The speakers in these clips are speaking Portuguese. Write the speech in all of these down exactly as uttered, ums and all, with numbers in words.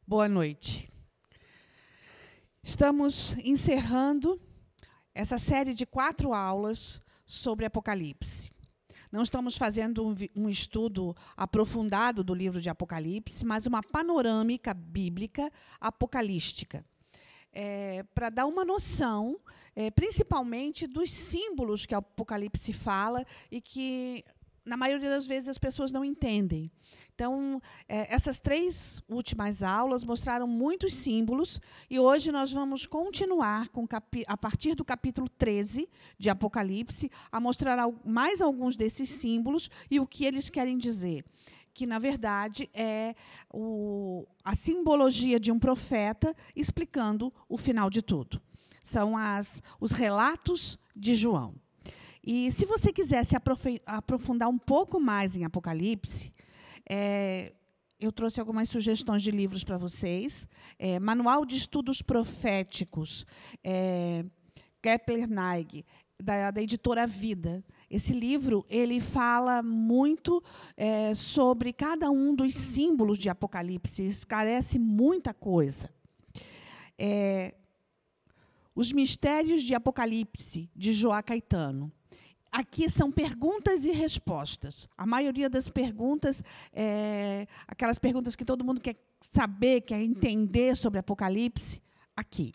Boa noite. Estamos encerrando essa série de quatro aulas sobre Apocalipse. Não estamos fazendo um, um estudo aprofundado do livro de Apocalipse, mas uma panorâmica bíblica apocalística, é, para dar uma noção, é, principalmente dos símbolos que o Apocalipse fala e que, na maioria das vezes, as pessoas não entendem. Então, é, essas três últimas aulas mostraram muitos símbolos e hoje nós vamos continuar, com capi- a partir do capítulo treze de Apocalipse, a mostrar al- mais alguns desses símbolos e o que eles querem dizer. Que, na verdade, é o, a simbologia de um profeta explicando o final de tudo. São as, os relatos de João. E, se você quiser se aprofe- aprofundar um pouco mais em Apocalipse, É, eu trouxe algumas sugestões de livros para vocês. É, Manual de Estudos Proféticos, é, Kepler-Neig, da, da editora Vida. Esse livro ele fala muito é, sobre cada um dos símbolos de Apocalipse, esclarece muita coisa. É, Os Mistérios de Apocalipse, de Joá Caetano. Aqui são perguntas e respostas. A maioria das perguntas, é, aquelas perguntas que todo mundo quer saber, quer entender sobre Apocalipse, aqui.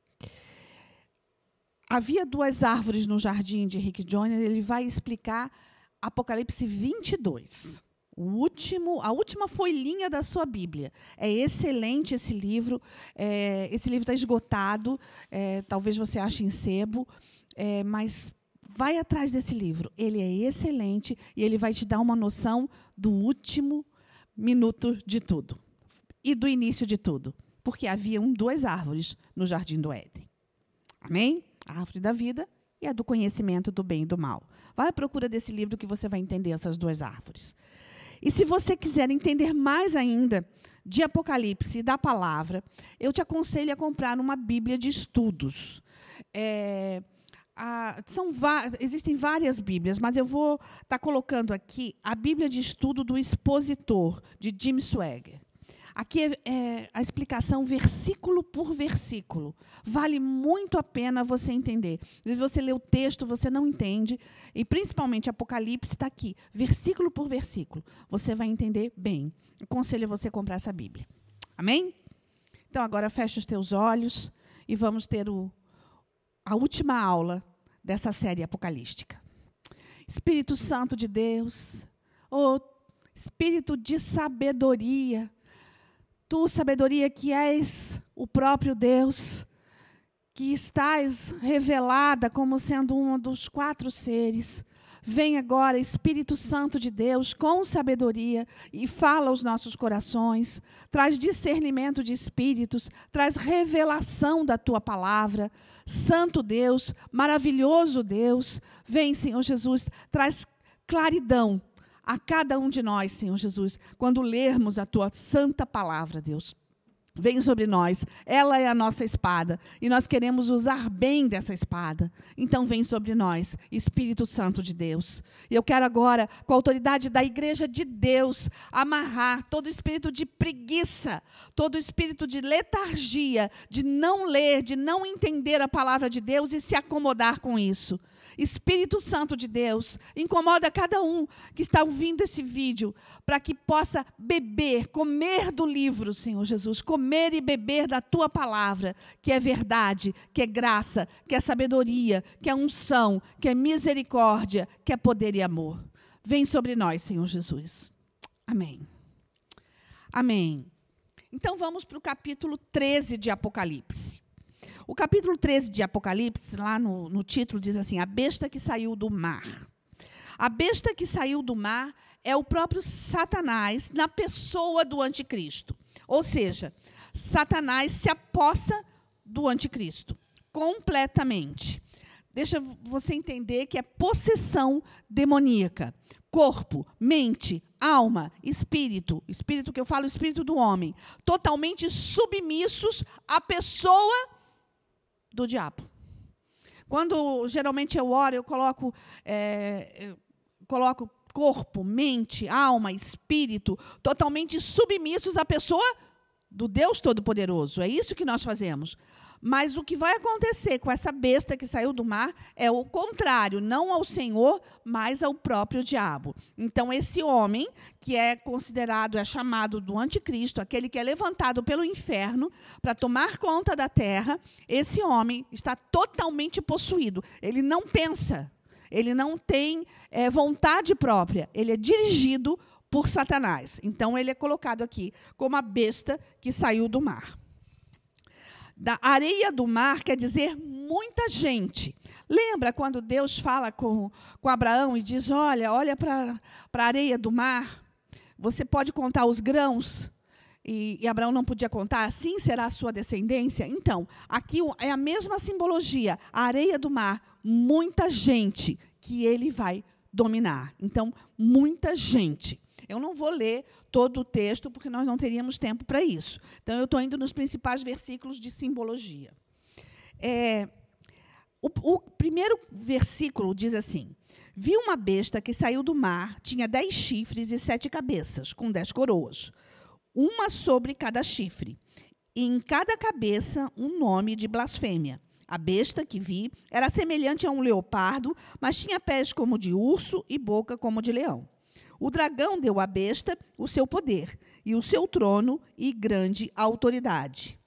Havia duas árvores no jardim de Rick Joyner, ele vai explicar Apocalipse vinte e dois. O último, a última folhinha da sua Bíblia. É excelente esse livro. É, esse livro está esgotado, é, talvez você ache em sebo, é, mas vai atrás desse livro. Ele é excelente e ele vai te dar uma noção do último minuto de tudo e do início de tudo, porque haviam duas árvores no Jardim do Éden. Amém? A árvore da vida e a do conhecimento do bem e do mal. Vai à procura desse livro que você vai entender essas duas árvores. E se você quiser entender mais ainda de Apocalipse e da palavra, eu te aconselho a comprar uma Bíblia de estudos. É... Ah, são existem várias Bíblias, mas eu vou estar tá colocando aqui a Bíblia de Estudo do Expositor, de Jim Swagger. Aqui é, é a explicação versículo por versículo. Vale muito a pena você entender. Se você lê o texto, você não entende, e principalmente Apocalipse está aqui, versículo por versículo. Você vai entender bem. Aconselho você a comprar essa Bíblia. Amém? Então, agora fecha os teus olhos e vamos ter o a última aula dessa série apocalística. Espírito Santo de Deus, oh, Espírito de sabedoria, tu, sabedoria, que és o próprio Deus, que estás revelada como sendo um dos quatro seres, vem agora, Espírito Santo de Deus, com sabedoria, e fala aos nossos corações, traz discernimento de espíritos, traz revelação da tua palavra. Santo Deus, maravilhoso Deus, vem, Senhor Jesus, traz claridão a cada um de nós, Senhor Jesus, quando lermos a tua santa palavra, Deus. Vem sobre nós, ela é a nossa espada, e nós queremos usar bem dessa espada. Então vem sobre nós, Espírito Santo de Deus. E eu quero agora, com a autoridade da Igreja de Deus, amarrar todo espírito de preguiça, todo espírito de letargia, de não ler, de não entender a palavra de Deus e se acomodar com isso. Espírito Santo de Deus, incomoda cada um que está ouvindo esse vídeo, para que possa beber, comer do livro, Senhor Jesus, comer e beber da tua palavra, que é verdade, que é graça, que é sabedoria, que é unção, que é misericórdia, que é poder e amor. Vem sobre nós, Senhor Jesus. Amém. Amém. Então vamos para o capítulo treze de Apocalipse. O capítulo treze de Apocalipse, lá no, no título, diz assim, a besta que saiu do mar. A besta que saiu do mar é o próprio Satanás na pessoa do anticristo. Ou seja, Satanás se apossa do anticristo, completamente. Deixa você entender que é possessão demoníaca. Corpo, mente, alma, espírito, espírito que eu falo, espírito do homem, totalmente submissos à pessoa do diabo. Quando geralmente eu oro, eu coloco, é, eu coloco corpo, mente, alma, espírito, totalmente submissos à pessoa do Deus Todo-Poderoso. É isso que nós fazemos. Mas o que vai acontecer com essa besta que saiu do mar é o contrário, não ao Senhor, mas ao próprio diabo. Então, esse homem, que é considerado, é chamado do anticristo, aquele que é levantado pelo inferno para tomar conta da terra, esse homem está totalmente possuído. Ele não pensa, ele não tem é, vontade própria, ele é dirigido por Satanás. Então, ele é colocado aqui como a besta que saiu do mar. Da areia do mar quer dizer muita gente. Lembra quando Deus fala com, com Abraão e diz, olha, olha para a areia do mar, você pode contar os grãos? E, e Abraão não podia contar, assim será a sua descendência? Então, aqui é a mesma simbologia, a areia do mar, muita gente que ele vai dominar. Então, muita gente. Eu não vou ler todo o texto, porque nós não teríamos tempo para isso. Então, eu estou indo nos principais versículos de simbologia. É, o, o primeiro versículo diz assim, vi uma besta que saiu do mar, tinha dez chifres e sete cabeças, com dez coroas, uma sobre cada chifre, e em cada cabeça um nome de blasfêmia. A besta que vi era semelhante a um leopardo, mas tinha pés como de urso e boca como de leão. O dragão deu à besta o seu poder, e o seu trono e grande autoridade.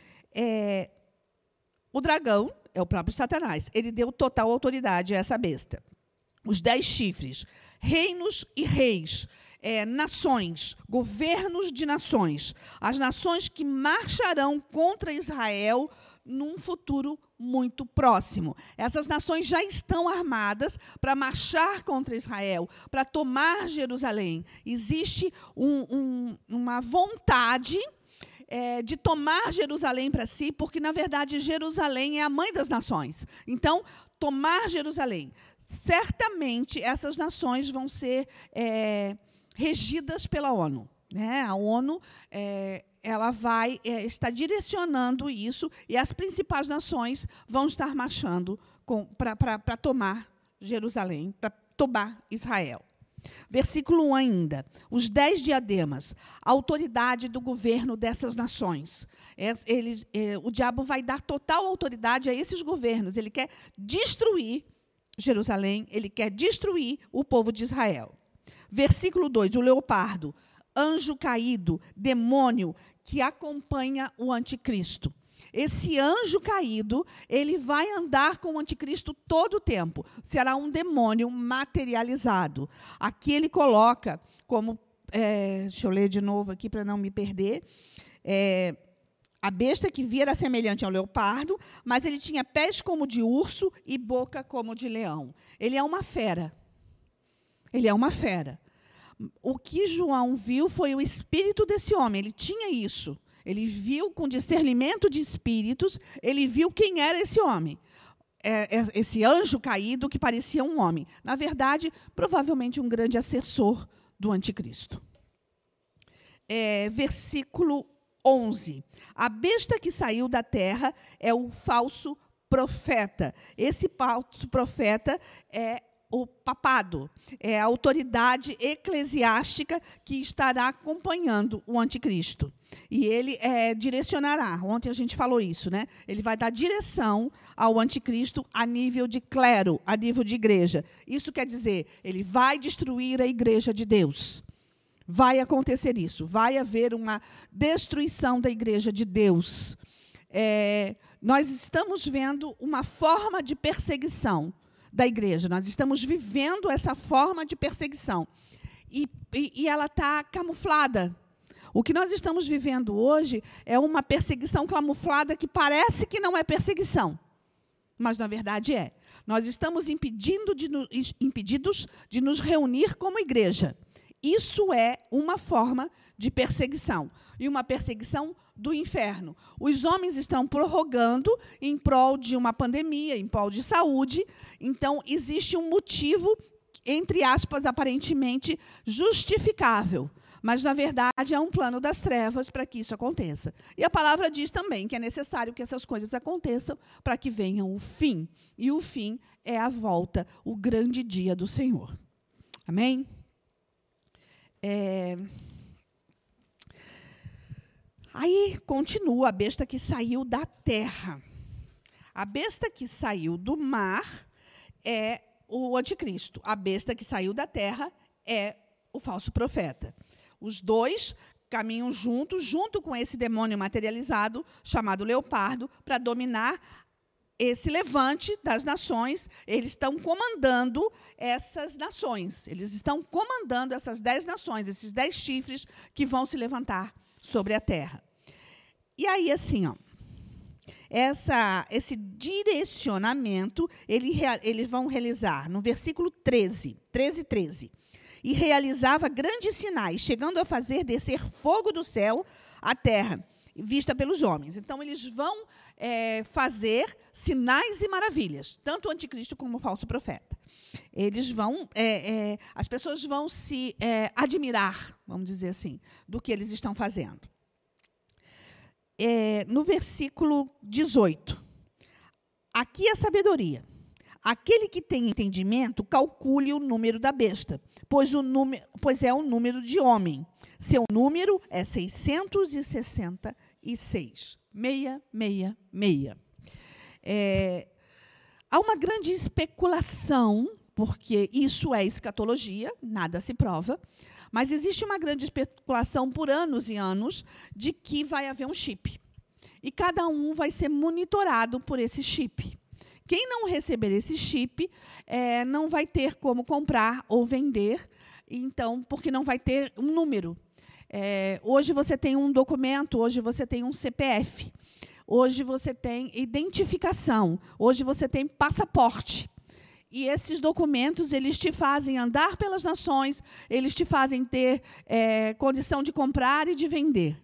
É, o dragão é o próprio Satanás. Ele deu total autoridade a essa besta. Os dez chifres, reinos e reis, é, nações, governos de nações. As nações que marcharão contra Israel num futuro muito próximo. Essas nações já estão armadas para marchar contra Israel, para tomar Jerusalém. Existe um, um, uma vontade é, de tomar Jerusalém para si, porque, na verdade, Jerusalém é a mãe das nações. Então, tomar Jerusalém. Certamente, essas nações vão ser é, regidas pela ONU. Né? A ONU é, ela vai é, estar direcionando isso e as principais nações vão estar marchando para tomar Jerusalém, para tomar Israel. Versículo um ainda. Os dez diademas, a autoridade do governo dessas nações. É, ele, é, o diabo vai dar total autoridade a esses governos. Ele quer destruir Jerusalém, ele quer destruir o povo de Israel. Versículo dois, o leopardo. Anjo caído, demônio, que acompanha o anticristo. Esse anjo caído, ele vai andar com o anticristo todo o tempo. Será um demônio materializado. Aqui ele coloca como, é, deixa eu ler de novo aqui para não me perder, é, a besta que via era semelhante ao leopardo, mas ele tinha pés como de urso e boca como de leão. Ele é uma fera. Ele é uma fera. O que João viu foi o espírito desse homem. Ele tinha isso. Ele viu com discernimento de espíritos, ele viu quem era esse homem. É, é, esse anjo caído que parecia um homem. Na verdade, provavelmente um grande assessor do anticristo. É, versículo onze. A besta que saiu da terra é o falso profeta. Esse falso profeta é o papado, é a autoridade eclesiástica que estará acompanhando o anticristo. E ele é, direcionará, ontem a gente falou isso, né? Ele vai dar direção ao anticristo a nível de clero, a nível de igreja. Isso quer dizer, ele vai destruir a igreja de Deus. Vai acontecer isso, vai haver uma destruição da igreja de Deus. É, nós estamos vendo uma forma de perseguição da igreja. Nós estamos vivendo essa forma de perseguição. E, e, e ela está camuflada. O que nós estamos vivendo hoje é uma perseguição camuflada que parece que não é perseguição, mas, na verdade, é. Nós estamos impedindo de no, impedidos de nos reunir como igreja. Isso é uma forma de perseguição, e uma perseguição do inferno. Os homens estão prorrogando em prol de uma pandemia, em prol de saúde, então existe um motivo, entre aspas, aparentemente justificável, mas, na verdade, é um plano das trevas para que isso aconteça. E a palavra diz também que é necessário que essas coisas aconteçam para que venha o fim, e o fim é a volta, o grande dia do Senhor. Amém? É... Aí continua a besta que saiu da terra. A besta que saiu do mar é o anticristo. A besta que saiu da terra é o falso profeta. Os dois caminham juntos, junto com esse demônio materializado, chamado leopardo, para dominar esse levante das nações. Eles estão comandando essas nações. Eles estão comandando essas dez nações, esses dez chifres que vão se levantar sobre a terra. E aí, assim, ó, essa, esse direcionamento, ele, eles vão realizar no versículo treze, treze, treze. E realizava grandes sinais, chegando a fazer descer fogo do céu à terra, vista pelos homens. Então, eles vão é, fazer sinais e maravilhas, tanto o anticristo como o falso profeta. Eles vão, é, é, as pessoas vão se é, admirar, vamos dizer assim, do que eles estão fazendo. É, no versículo dezoito, aqui é sabedoria. Aquele que tem entendimento, calcule o número da besta, pois, o número, pois é o número de homem. Seu número é seiscentos e sessenta e seis. Meia, meia, meia. É, há uma grande especulação, porque isso é escatologia, nada se prova, mas existe uma grande especulação por anos e anos de que vai haver um chip. E cada um vai ser monitorado por esse chip. Quem não receber esse chip é, não vai ter como comprar ou vender, então, porque não vai ter um número. É, hoje você tem um documento, hoje você tem um C P F, hoje você tem identificação, hoje você tem passaporte. E esses documentos, eles te fazem andar pelas nações, eles te fazem ter é, condição de comprar e de vender.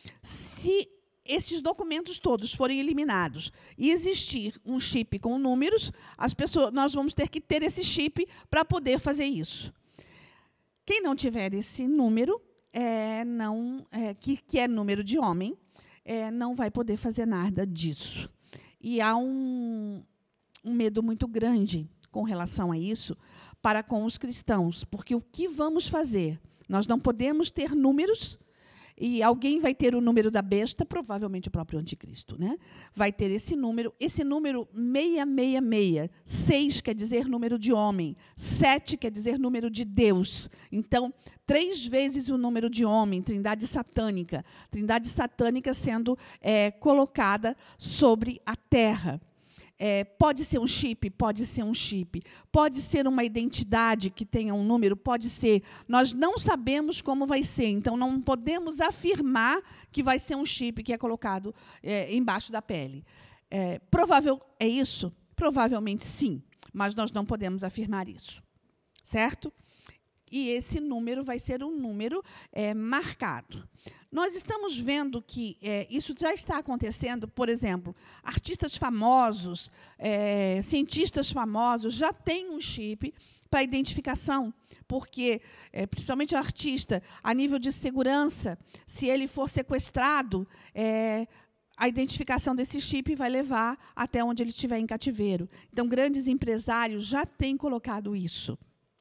Se esses documentos todos forem eliminados e existir um chip com números, as pessoas, nós vamos ter que ter esse chip para poder fazer isso. Quem não tiver esse número, é, não, é, que, que é número de homem, é, não vai poder fazer nada disso. E há um, um medo muito grande com relação a isso para com os cristãos, porque o que vamos fazer? Nós não podemos ter números. E alguém vai ter o número da besta, provavelmente o próprio anticristo, né? Vai ter esse número, esse número seiscentos e sessenta e seis. seis quer dizer número de homem, sete quer dizer número de Deus. Então, três vezes o número de homem, trindade satânica. Trindade satânica sendo é, colocada sobre a terra. É, pode ser um chip, pode ser um chip. Pode ser uma identidade que tenha um número, pode ser. Nós não sabemos como vai ser, então não podemos afirmar que vai ser um chip que é colocado é, embaixo da pele. É, provável é isso? Provavelmente sim, mas nós não podemos afirmar isso. Certo? E esse número vai ser um número é, marcado. Nós estamos vendo que é, isso já está acontecendo, por exemplo, artistas famosos, é, cientistas famosos já têm um chip para identificação, porque, é, principalmente o artista, a nível de segurança, se ele for sequestrado, é, a identificação desse chip vai levar até onde ele estiver em cativeiro. Então, grandes empresários já têm colocado isso.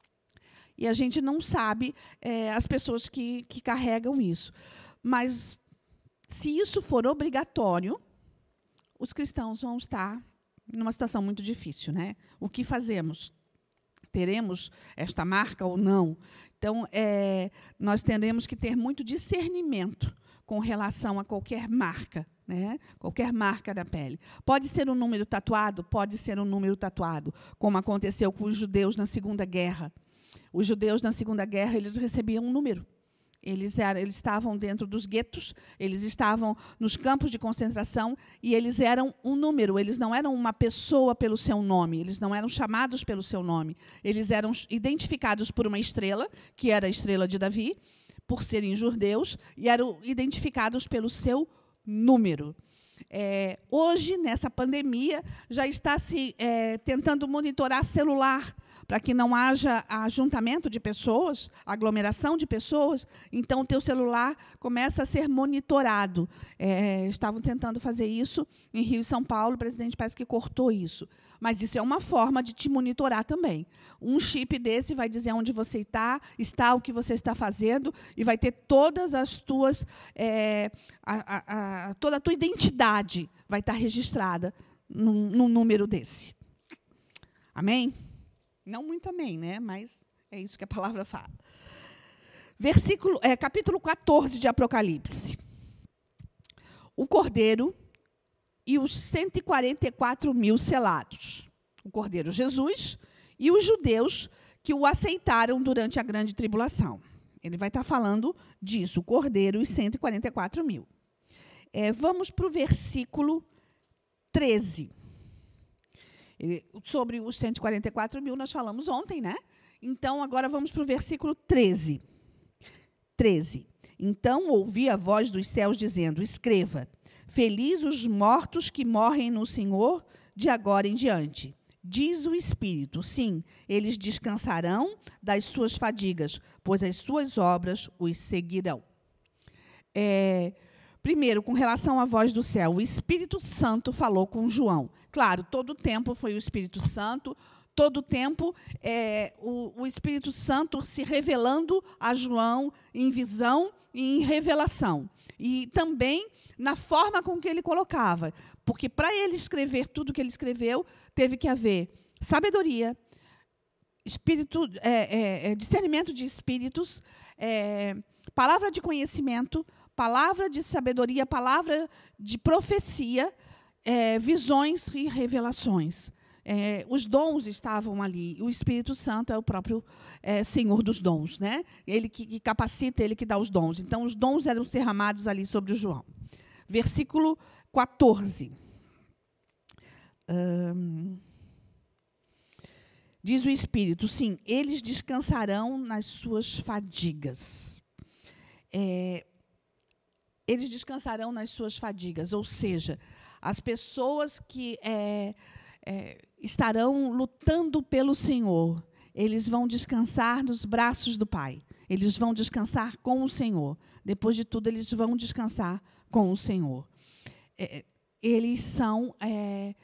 E a gente não sabe é, as pessoas que, que carregam isso. Mas, se isso for obrigatório, os cristãos vão estar numa situação muito difícil, né? O que fazemos? Teremos esta marca ou não? Então, é, nós teremos que ter muito discernimento com relação a qualquer marca, né? Qualquer marca da pele. Pode ser um número tatuado? Pode ser um número tatuado, como aconteceu com os judeus na Segunda Guerra. Os judeus, na Segunda Guerra, eles recebiam um número. Eles, eram, eles estavam dentro dos guetos, eles estavam nos campos de concentração e eles eram um número. Eles não eram uma pessoa pelo seu nome, eles não eram chamados pelo seu nome. Eles eram identificados por uma estrela, que era a estrela de Davi, por serem judeus, e eram identificados pelo seu número. É, hoje, nessa pandemia, já está se é, tentando monitorar celular, para que não haja ajuntamento de pessoas, aglomeração de pessoas. Então, o teu celular começa a ser monitorado. É, estavam tentando fazer isso em Rio e São Paulo, o presidente parece que cortou isso. Mas isso é uma forma de te monitorar também. Um chip desse vai dizer onde você está, está o que você está fazendo, e vai ter todas as tuas, é, a, a, a, toda a tua identidade vai estar registrada num, num número desse. Amém? Não muito amém, né? Mas é isso que a palavra fala. Versículo, é, capítulo quatorze de Apocalipse. O Cordeiro e os cento e quarenta e quatro mil selados. O Cordeiro Jesus e os judeus que o aceitaram durante a grande tribulação. Ele vai estar falando disso, o Cordeiro e cento e quarenta e quatro mil. É, vamos para o versículo treze. Ele, sobre os cento e quarenta e quatro mil, nós falamos ontem, né? Então, agora vamos para o versículo treze. treze. Então, ouvi a voz dos céus dizendo, escreva, feliz os mortos que morrem no Senhor de agora em diante. Diz o Espírito, sim, eles descansarão das suas fadigas, pois as suas obras os seguirão. É, primeiro, com relação à voz do céu, o Espírito Santo falou com João. Claro, todo o tempo foi o Espírito Santo, todo o tempo é, o, o Espírito Santo se revelando a João em visão e em revelação. E também na forma com que ele colocava. Porque para ele escrever tudo o que ele escreveu, teve que haver sabedoria, espírito, é, é, discernimento de espíritos, é, palavra de conhecimento, palavra de sabedoria, palavra de profecia, é, visões e revelações. É, os dons estavam ali. O Espírito Santo é o próprio é, Senhor dos dons, né? Ele que, que capacita, ele que dá os dons. Então, os dons eram derramados ali sobre o João. Versículo quatorze. Hum, diz o Espírito, sim, eles descansarão nas suas fadigas. É, eles descansarão nas suas fadigas, ou seja, as pessoas que é, é, estarão lutando pelo Senhor, eles vão descansar nos braços do Pai. Eles vão descansar com o Senhor. Depois de tudo, eles vão descansar com o Senhor. É, eles são é,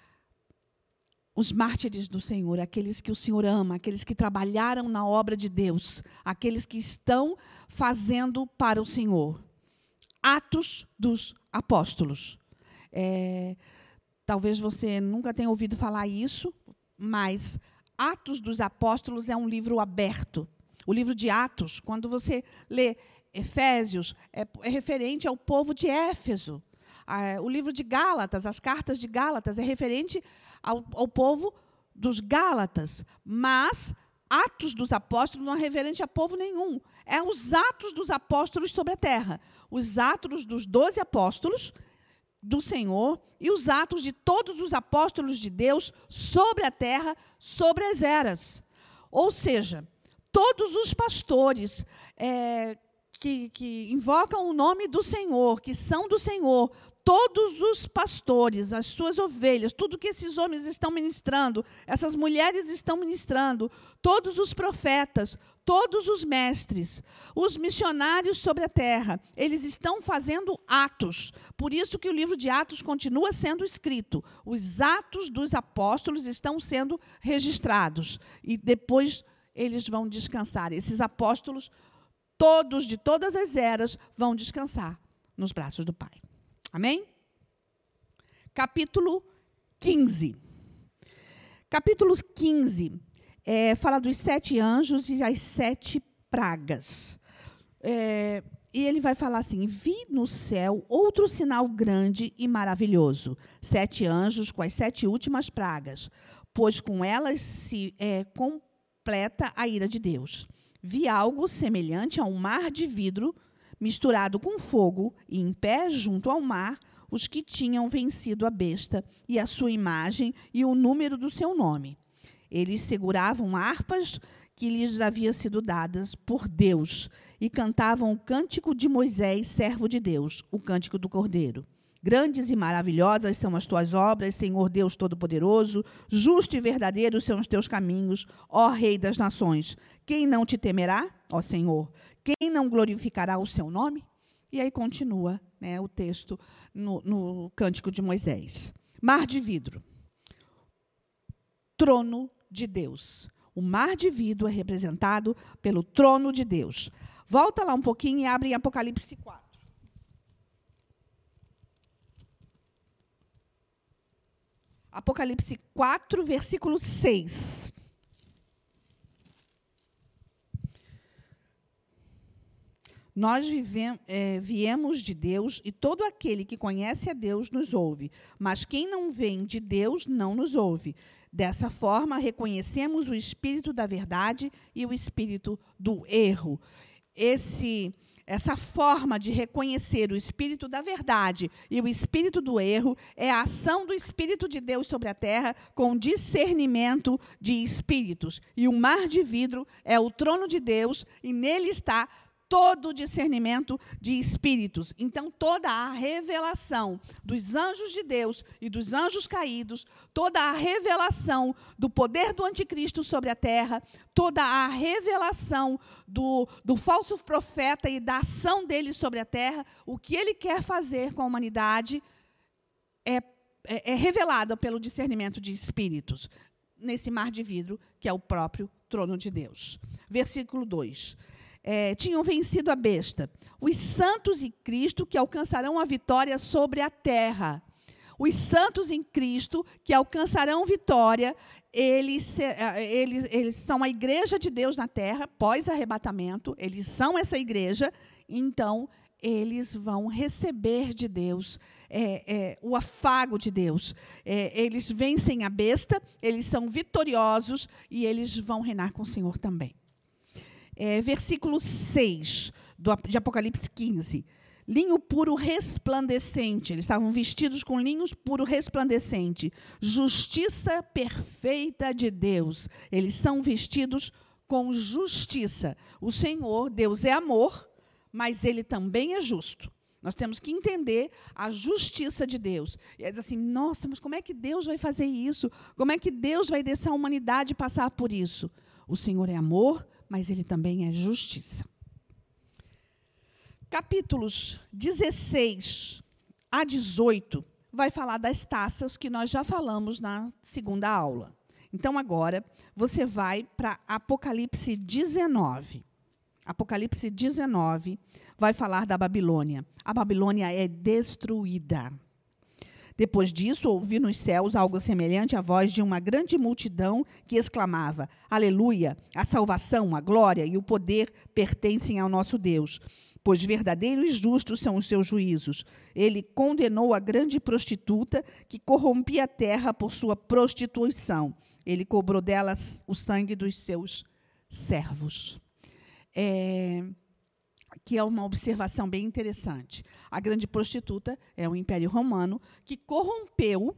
os mártires do Senhor, aqueles que o Senhor ama, aqueles que trabalharam na obra de Deus, aqueles que estão fazendo para o Senhor. Atos dos Apóstolos. É, talvez você nunca tenha ouvido falar isso, mas Atos dos Apóstolos é um livro aberto. O livro de Atos, quando você lê Efésios, é, é referente ao povo de Éfeso. Ah, o livro de Gálatas, as cartas de Gálatas, é referente ao, ao povo dos Gálatas. Mas Atos dos Apóstolos não é referente a povo nenhum. É os Atos dos Apóstolos sobre a terra. Os Atos dos doze apóstolos do Senhor e os Atos de todos os apóstolos de Deus sobre a terra, sobre as eras. Ou seja, todos os pastores é, que, que invocam o nome do Senhor, que são do Senhor, todos os pastores, as suas ovelhas, tudo que esses homens estão ministrando, essas mulheres estão ministrando, todos os profetas, todos os mestres, os missionários sobre a terra, eles estão fazendo atos. Por isso que o livro de Atos continua sendo escrito. Os atos dos apóstolos estão sendo registrados. E depois eles vão descansar. Esses apóstolos, todos, de todas as eras, vão descansar nos braços do Pai. Amém? Capítulo quinze. Capítulo quinze é, fala dos sete anjos e as sete pragas. É, e ele vai falar assim, vi no céu outro sinal grande e maravilhoso, sete anjos com as sete últimas pragas, pois com elas se é, completa a ira de Deus. Vi algo semelhante a um mar de vidro, misturado com fogo, e em pé junto ao mar, os que tinham vencido a besta, e a sua imagem, e o número do seu nome. Eles seguravam harpas que lhes haviam sido dadas por Deus, e cantavam o cântico de Moisés, servo de Deus, o cântico do Cordeiro. Grandes e maravilhosas são as tuas obras, Senhor Deus Todo-Poderoso. Justo e verdadeiro são os teus caminhos, ó Rei das nações. Quem não te temerá, ó Senhor? Quem não glorificará o seu nome? E aí continua, né, o texto no, no Cântico de Moisés. Mar de vidro. Trono de Deus. O mar de vidro é representado pelo trono de Deus. Volta lá um pouquinho e abre em Apocalipse quatro. Apocalipse quatro, versículo seis. Nós vivemos, é, viemos de Deus, e todo aquele que conhece a Deus nos ouve. Mas quem não vem de Deus não nos ouve. Dessa forma, reconhecemos o espírito da verdade e o espírito do erro. Esse, essa forma de reconhecer o espírito da verdade e o espírito do erro é a ação do Espírito de Deus sobre a terra com discernimento de espíritos. E o mar de vidro é o trono de Deus, e nele está todo o discernimento de espíritos. Então, toda a revelação dos anjos de Deus e dos anjos caídos, toda a revelação do poder do anticristo sobre a terra, toda a revelação do, do falso profeta e da ação dele sobre a terra, o que ele quer fazer com a humanidade é, é, é revelado pelo discernimento de espíritos, nesse mar de vidro, que é o próprio trono de Deus. Versículo dois. É, tinham vencido a besta, os santos em Cristo que alcançarão a vitória sobre a terra. Os santos em Cristo que alcançarão vitória, eles, eles, eles são a igreja de Deus na terra, pós-arrebatamento, eles são essa igreja, então eles vão receber de Deus é, é, o afago de Deus. É, eles vencem a besta, eles são vitoriosos e eles vão reinar com o Senhor também. É, versículo seis do, de Apocalipse quinze. Linho puro resplandecente. Eles estavam vestidos com linhos puro resplandecente. Justiça perfeita de Deus. Eles são vestidos com justiça. O Senhor, Deus é amor, mas Ele também é justo. Nós temos que entender a justiça de Deus. E é dizer assim, nossa, mas como é que Deus vai fazer isso? Como é que Deus vai deixar a humanidade passar por isso? O Senhor é amor, mas Ele também é justiça. Capítulos dezesseis a dezoito vai falar das taças que nós já falamos na segunda aula. Então, agora, você vai para Apocalipse dezenove. Apocalipse dezenove vai falar da Babilônia. A Babilônia é destruída. Depois disso, ouvi nos céus algo semelhante à voz de uma grande multidão que exclamava: Aleluia! A salvação, a glória e o poder pertencem ao nosso Deus, pois verdadeiros e justos são os seus juízos. Ele condenou a grande prostituta que corrompia a terra por sua prostituição. Ele cobrou dela o sangue dos seus servos. É... que é uma observação bem interessante. A grande prostituta é o Império Romano, que corrompeu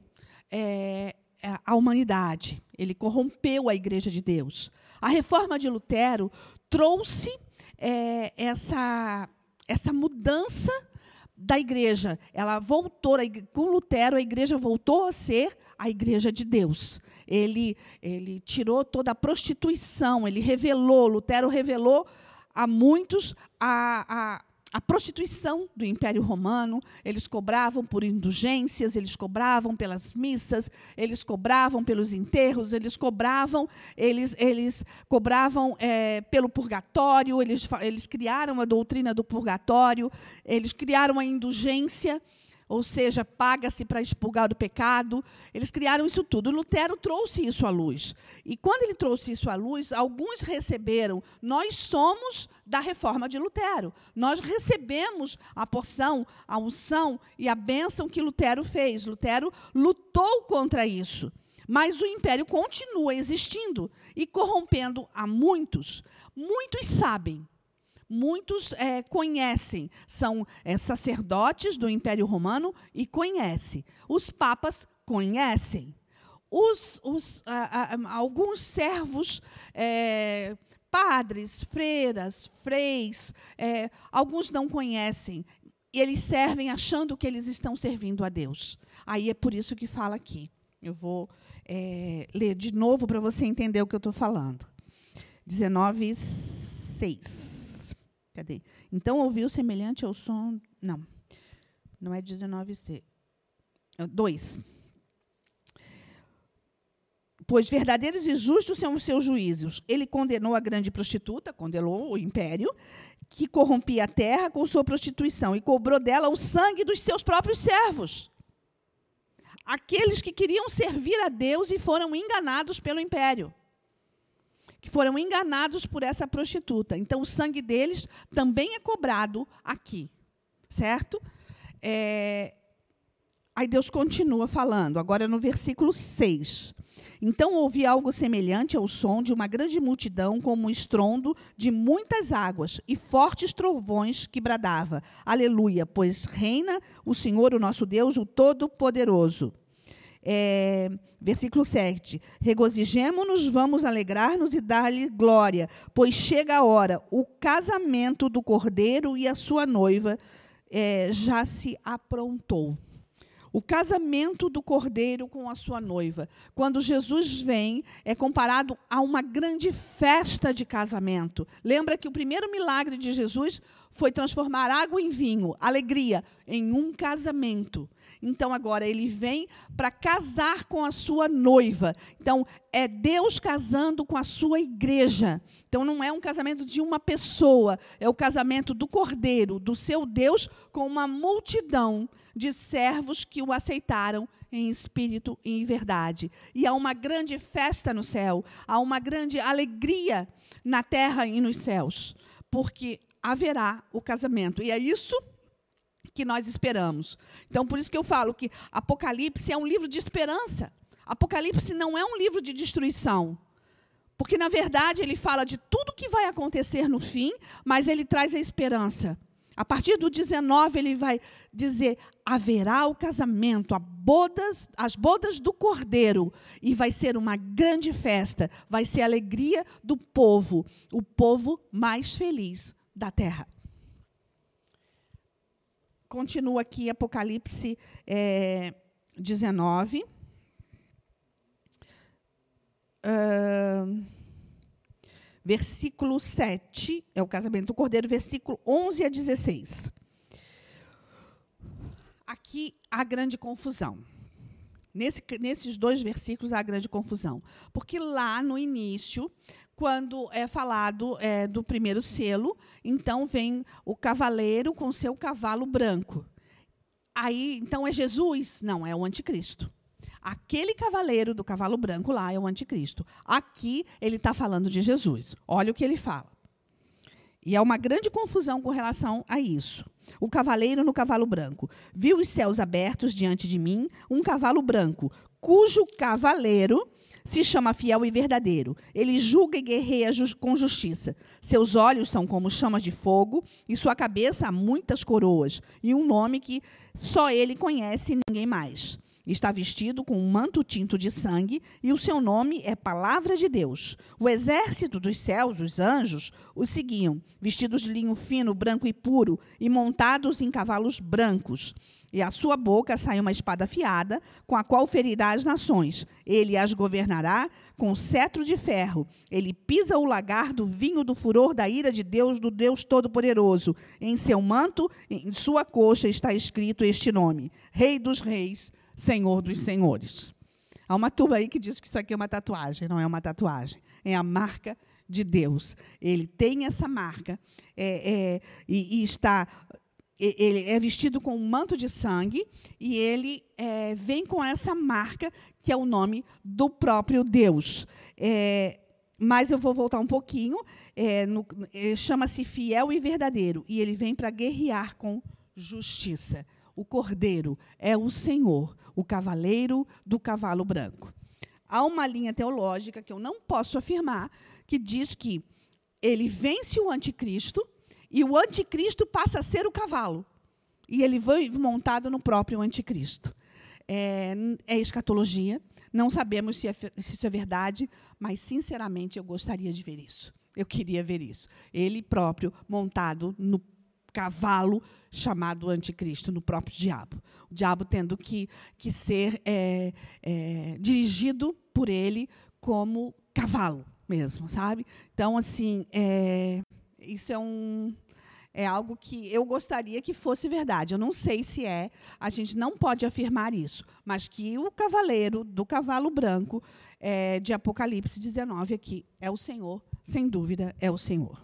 é, a humanidade. Ele corrompeu a Igreja de Deus. A reforma de Lutero trouxe é, essa, essa mudança da Igreja. Ela voltou, com Lutero, a Igreja voltou a ser a Igreja de Deus. Ele, ele tirou toda a prostituição, ele revelou, Lutero revelou a muitos a, a, a prostituição do Império Romano. Eles cobravam por indulgências, eles cobravam pelas missas, eles cobravam pelos enterros, eles cobravam, eles, eles cobravam é, pelo purgatório, eles, eles criaram a doutrina do purgatório, eles criaram a indulgência, ou seja, paga-se para expurgar do pecado. Eles criaram isso tudo. Lutero trouxe isso à luz. E quando ele trouxe isso à luz, alguns receberam. Nós somos da reforma de Lutero. Nós recebemos a porção, a unção e a bênção que Lutero fez. Lutero lutou contra isso. Mas o império continua existindo e corrompendo a muitos. Muitos sabem. Muitos é, conhecem, são é, sacerdotes do Império Romano e conhecem. Os papas conhecem. Os, os, a, a, alguns servos, é, padres, freiras, freis, é, alguns não conhecem. e eles servem achando que eles estão servindo a Deus. Aí é por isso que fala aqui. Eu vou é, ler de novo para você entender o que eu estou falando. dezenove, seis. Cadê? Então ouviu semelhante ao som... Não, não é dezenove, seis. dois. Pois verdadeiros e justos são os seus juízos. Ele condenou a grande prostituta, condenou o império, que corrompia a terra com sua prostituição e cobrou dela o sangue dos seus próprios servos. Aqueles que queriam servir a Deus e foram enganados pelo império. Que foram enganados por essa prostituta. Então, o sangue deles também é cobrado aqui. Certo? É... Aí Deus continua falando, agora no versículo seis. Então ouvi algo semelhante ao som de uma grande multidão, como um estrondo de muitas águas e fortes trovões que bradava. Aleluia, pois reina o Senhor, o nosso Deus, o Todo-Poderoso. É, versículo sete. Regozijemo-nos, vamos alegrar-nos e dar-lhe glória, pois chega a hora, o casamento do Cordeiro e a sua noiva é, já se aprontou. O casamento do Cordeiro com a sua noiva. Quando Jesus vem, é comparado a uma grande festa de casamento. Lembra que o primeiro milagre de Jesus foi transformar água em vinho, alegria, em um casamento. Então, agora, ele vem para casar com a sua noiva. Então, é Deus casando com a sua igreja. Então, não é um casamento de uma pessoa, é o casamento do Cordeiro, do seu Deus, com uma multidão de servos que o aceitaram em espírito e em verdade. E há uma grande festa no céu, há uma grande alegria na terra e nos céus, porque haverá o casamento. E é isso que nós esperamos. Então, por isso que eu falo que Apocalipse é um livro de esperança. Apocalipse não é um livro de destruição. Porque, na verdade, ele fala de tudo que vai acontecer no fim, mas ele traz a esperança. A partir do dezenove, ele vai dizer, haverá o casamento, a bodas, as bodas do Cordeiro, e vai ser uma grande festa, vai ser a alegria do povo, o povo mais feliz da terra. Continua aqui Apocalipse é, dezenove. Uh, versículo sete, é o casamento do Cordeiro, versículo onze a dezesseis. Aqui há grande confusão. Nesse, nesses dois versículos há grande confusão. Porque lá no início, quando é falado é, do primeiro selo, então vem o cavaleiro com seu cavalo branco. Aí, então, é Jesus? Não, é o anticristo. Aquele cavaleiro do cavalo branco lá é o anticristo. Aqui, ele está falando de Jesus. Olha o que ele fala. E há uma grande confusão com relação a isso. O cavaleiro no cavalo branco. Viu os céus abertos diante de mim, um cavalo branco, cujo cavaleiro se chama Fiel e Verdadeiro. Ele julga e guerreia ju- com justiça. Seus olhos são como chamas de fogo, e sua cabeça há muitas coroas, e um nome que só ele conhece e ninguém mais. Está vestido com um manto tinto de sangue, e o seu nome é Palavra de Deus. O exército dos céus, os anjos, o seguiam, vestidos de linho fino, branco e puro, e montados em cavalos brancos. E à sua boca sai uma espada afiada, com a qual ferirá as nações. Ele as governará com cetro de ferro. Ele pisa o lagar do vinho do furor da ira de Deus, do Deus Todo-Poderoso. Em seu manto, em sua coxa, está escrito este nome: Rei dos Reis, Senhor dos Senhores. Há uma turma aí que diz que isso aqui é uma tatuagem. Não é uma tatuagem. É a marca de Deus. Ele tem essa marca é, é, e, e está... Ele é vestido com um manto de sangue e ele é, vem com essa marca, que é o nome do próprio Deus. É, mas eu vou voltar um pouquinho. É, no, é, chama-se Fiel e Verdadeiro. E ele vem para guerrear com justiça. O Cordeiro é o Senhor, o cavaleiro do cavalo branco. Há uma linha teológica que eu não posso afirmar, que diz que ele vence o anticristo, e o anticristo passa a ser o cavalo. E ele foi montado no próprio anticristo. É, é escatologia. Não sabemos se, é, se isso é verdade, mas, sinceramente, eu gostaria de ver isso. Eu queria ver isso. Ele próprio montado no cavalo chamado anticristo, no próprio diabo. O diabo tendo que, que ser é, é, dirigido por ele como cavalo mesmo, sabe? Então, assim, é, isso é um... é algo que eu gostaria que fosse verdade. Eu não sei se é, a gente não pode afirmar isso, mas que o cavaleiro do cavalo branco é, de Apocalipse dezenove aqui é o Senhor, sem dúvida, é o Senhor.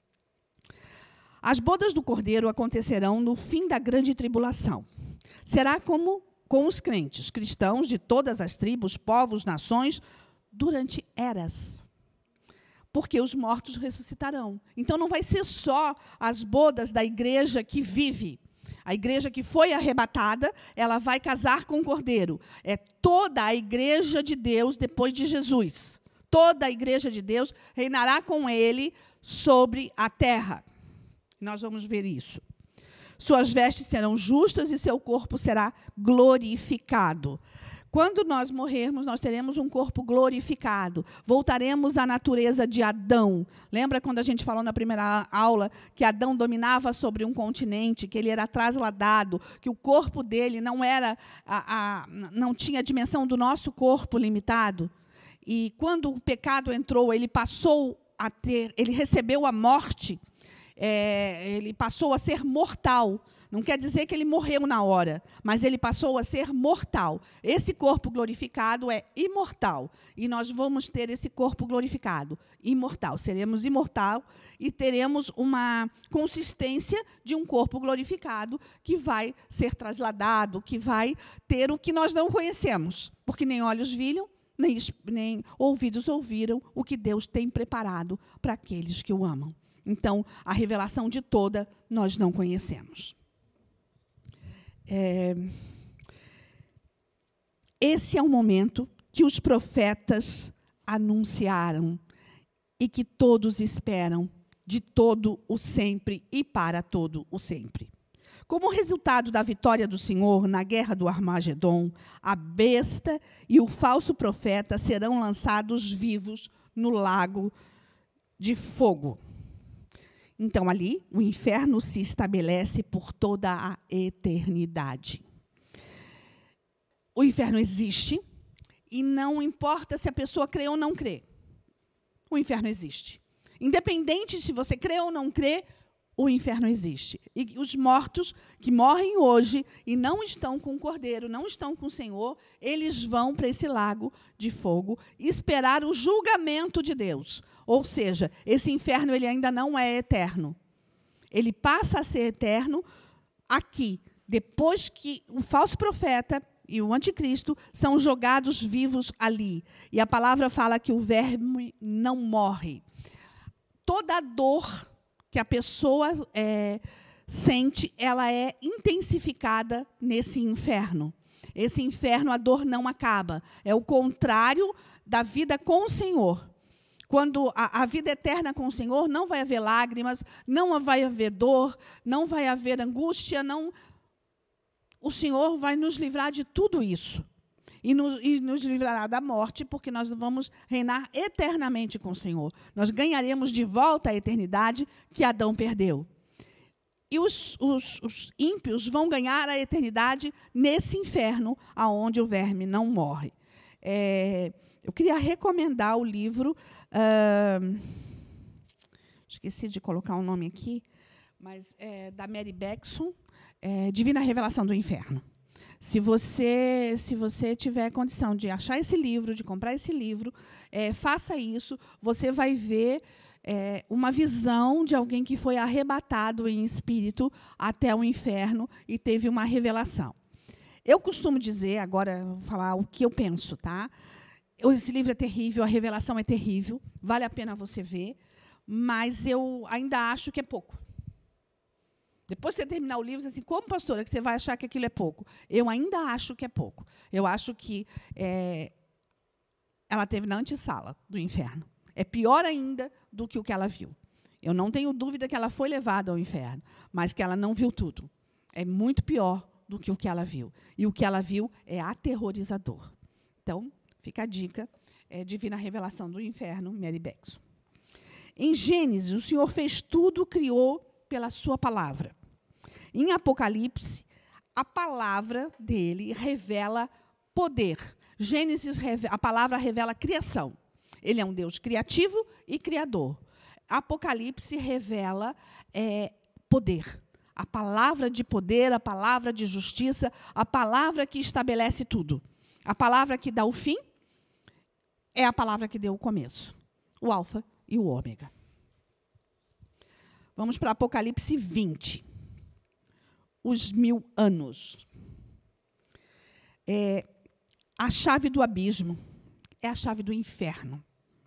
As bodas do Cordeiro acontecerão no fim da grande tribulação. Será como com os crentes, cristãos de todas as tribos, povos, nações, durante eras. Porque os mortos ressuscitarão. Então, não vai ser só as bodas da igreja que vive. A igreja que foi arrebatada, ela vai casar com o Cordeiro. É toda a igreja de Deus depois de Jesus. Toda a igreja de Deus reinará com ele sobre a terra. Nós vamos ver isso. Suas vestes serão justas e seu corpo será glorificado. Quando nós morrermos, nós teremos um corpo glorificado. Voltaremos à natureza de Adão. Lembra quando a gente falou na primeira aula que Adão dominava sobre um continente, que ele era trasladado, que o corpo dele não era a, a, não tinha a dimensão do nosso corpo limitado? E quando o pecado entrou, ele passou a ter, ele recebeu a morte, é, ele passou a ser mortal. Não quer dizer que ele morreu na hora, mas ele passou a ser mortal. Esse corpo glorificado é imortal. E nós vamos ter esse corpo glorificado, imortal. Seremos imortal e teremos uma consistência de um corpo glorificado que vai ser trasladado, que vai ter o que nós não conhecemos. Porque nem olhos viram, nem, nem ouvidos ouviram o que Deus tem preparado para aqueles que o amam. Então, a revelação de toda nós não conhecemos. É, esse é o momento que os profetas anunciaram e que todos esperam de todo o sempre e para todo o sempre. Como resultado da vitória do Senhor na guerra do Armagedon, a besta e o falso profeta serão lançados vivos no lago de fogo. Então, ali, o inferno se estabelece por toda a eternidade. O inferno existe, e não importa se a pessoa crê ou não crê. O inferno existe. Independente se você crê ou não crê, o inferno existe. E os mortos que morrem hoje e não estão com o Cordeiro, não estão com o Senhor, eles vão para esse lago de fogo esperar o julgamento de Deus. Ou seja, esse inferno ele ainda não é eterno. Ele passa a ser eterno aqui, depois que o falso profeta e o anticristo são jogados vivos ali. E a palavra fala que o verme não morre. Toda a dor que a pessoa é, sente, ela é intensificada nesse inferno. Esse inferno, a dor não acaba. É o contrário da vida com o Senhor. Quando a, a vida eterna com o Senhor, não vai haver lágrimas, não vai haver dor, não vai haver angústia, não. O Senhor vai nos livrar de tudo isso. E nos, e nos livrará da morte, porque nós vamos reinar eternamente com o Senhor. Nós ganharemos de volta a eternidade que Adão perdeu. E os, os, os ímpios vão ganhar a eternidade nesse inferno, aonde o verme não morre. É, eu queria recomendar o livro... Uh, esqueci de colocar o nome aqui, mas é da Mary Beckson, é, Divina Revelação do Inferno. Se você, se você tiver condição de achar esse livro, de comprar esse livro, é, faça isso, você vai ver é, uma visão de alguém que foi arrebatado em espírito até o inferno e teve uma revelação. Eu costumo dizer, agora vou falar o que eu penso, tá? Esse livro é terrível, a revelação é terrível, vale a pena você ver, mas eu ainda acho que é pouco. Depois que você terminar o livro, você assim, como pastora, que você vai achar que aquilo é pouco? Eu ainda acho que é pouco. Eu acho que é, ela teve na antessala do inferno. É pior ainda do que o que ela viu. Eu não tenho dúvida que ela foi levada ao inferno, mas que ela não viu tudo. É muito pior do que o que ela viu. E o que ela viu é aterrorizador. Então, fica a dica, é, Divina Revelação do Inferno, Mary Beckson. Em Gênesis, o Senhor fez tudo, criou pela sua palavra. Em Apocalipse, a palavra dele revela poder. Gênesis, a palavra revela criação. Ele é um Deus criativo e criador. Apocalipse revela é, poder. A palavra de poder, a palavra de justiça, a palavra que estabelece tudo. A palavra que dá o fim é a palavra que deu o começo. O alfa e o ômega. Vamos para Apocalipse vinte. Os mil anos. É, a chave do abismo é a chave do inferno.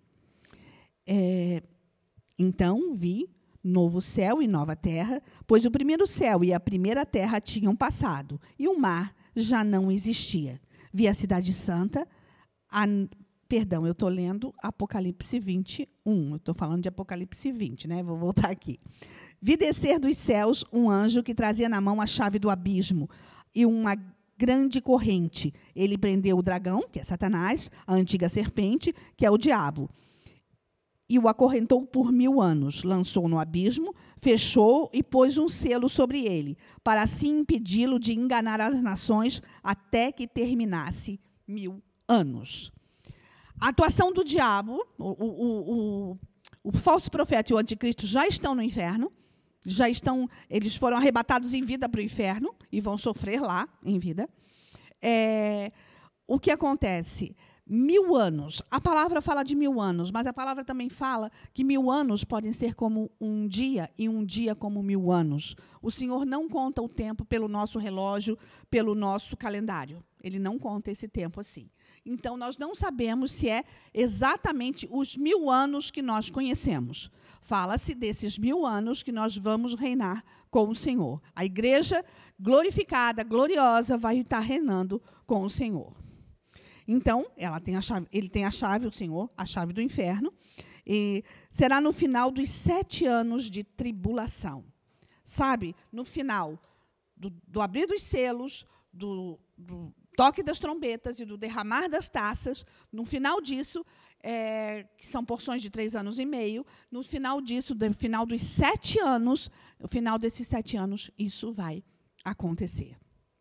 É, então, vi novo céu e nova terra, pois o primeiro céu e a primeira terra tinham passado, e o mar já não existia. Vi a cidade santa, a, perdão, eu estou lendo Apocalipse vinte e um, eu estou falando de Apocalipse vinte, né? Vou voltar aqui. Vi descer dos céus um anjo que trazia na mão a chave do abismo e uma grande corrente. Ele prendeu o dragão, que é Satanás, a antiga serpente, que é o diabo, e o acorrentou por mil anos. Lançou no abismo, fechou e pôs um selo sobre ele, para assim impedi-lo de enganar as nações até que terminasse mil anos. A atuação do diabo, o, o, o, o falso profeta e o anticristo já estão no inferno, já estão, eles foram arrebatados em vida para o inferno e vão sofrer lá em vida. É, o que acontece? Mil anos. A palavra fala de mil anos, mas a palavra também fala que mil anos podem ser como um dia e um dia como mil anos. O Senhor não conta o tempo pelo nosso relógio, pelo nosso calendário. Ele não conta esse tempo assim. Então, nós não sabemos se é exatamente os mil anos que nós conhecemos. Fala-se desses mil anos que nós vamos reinar com o Senhor. A igreja glorificada, gloriosa, vai estar reinando com o Senhor. Então, ela tem a chave, ele tem a chave, o Senhor, a chave do inferno, e será no final dos sete anos de tribulação. Sabe, no final do, do abrir dos selos, do, do toque das trombetas e do derramar das taças, no final disso, é, que são porções de três anos e meio, no final disso, no final dos sete anos, no final desses sete anos, isso vai acontecer.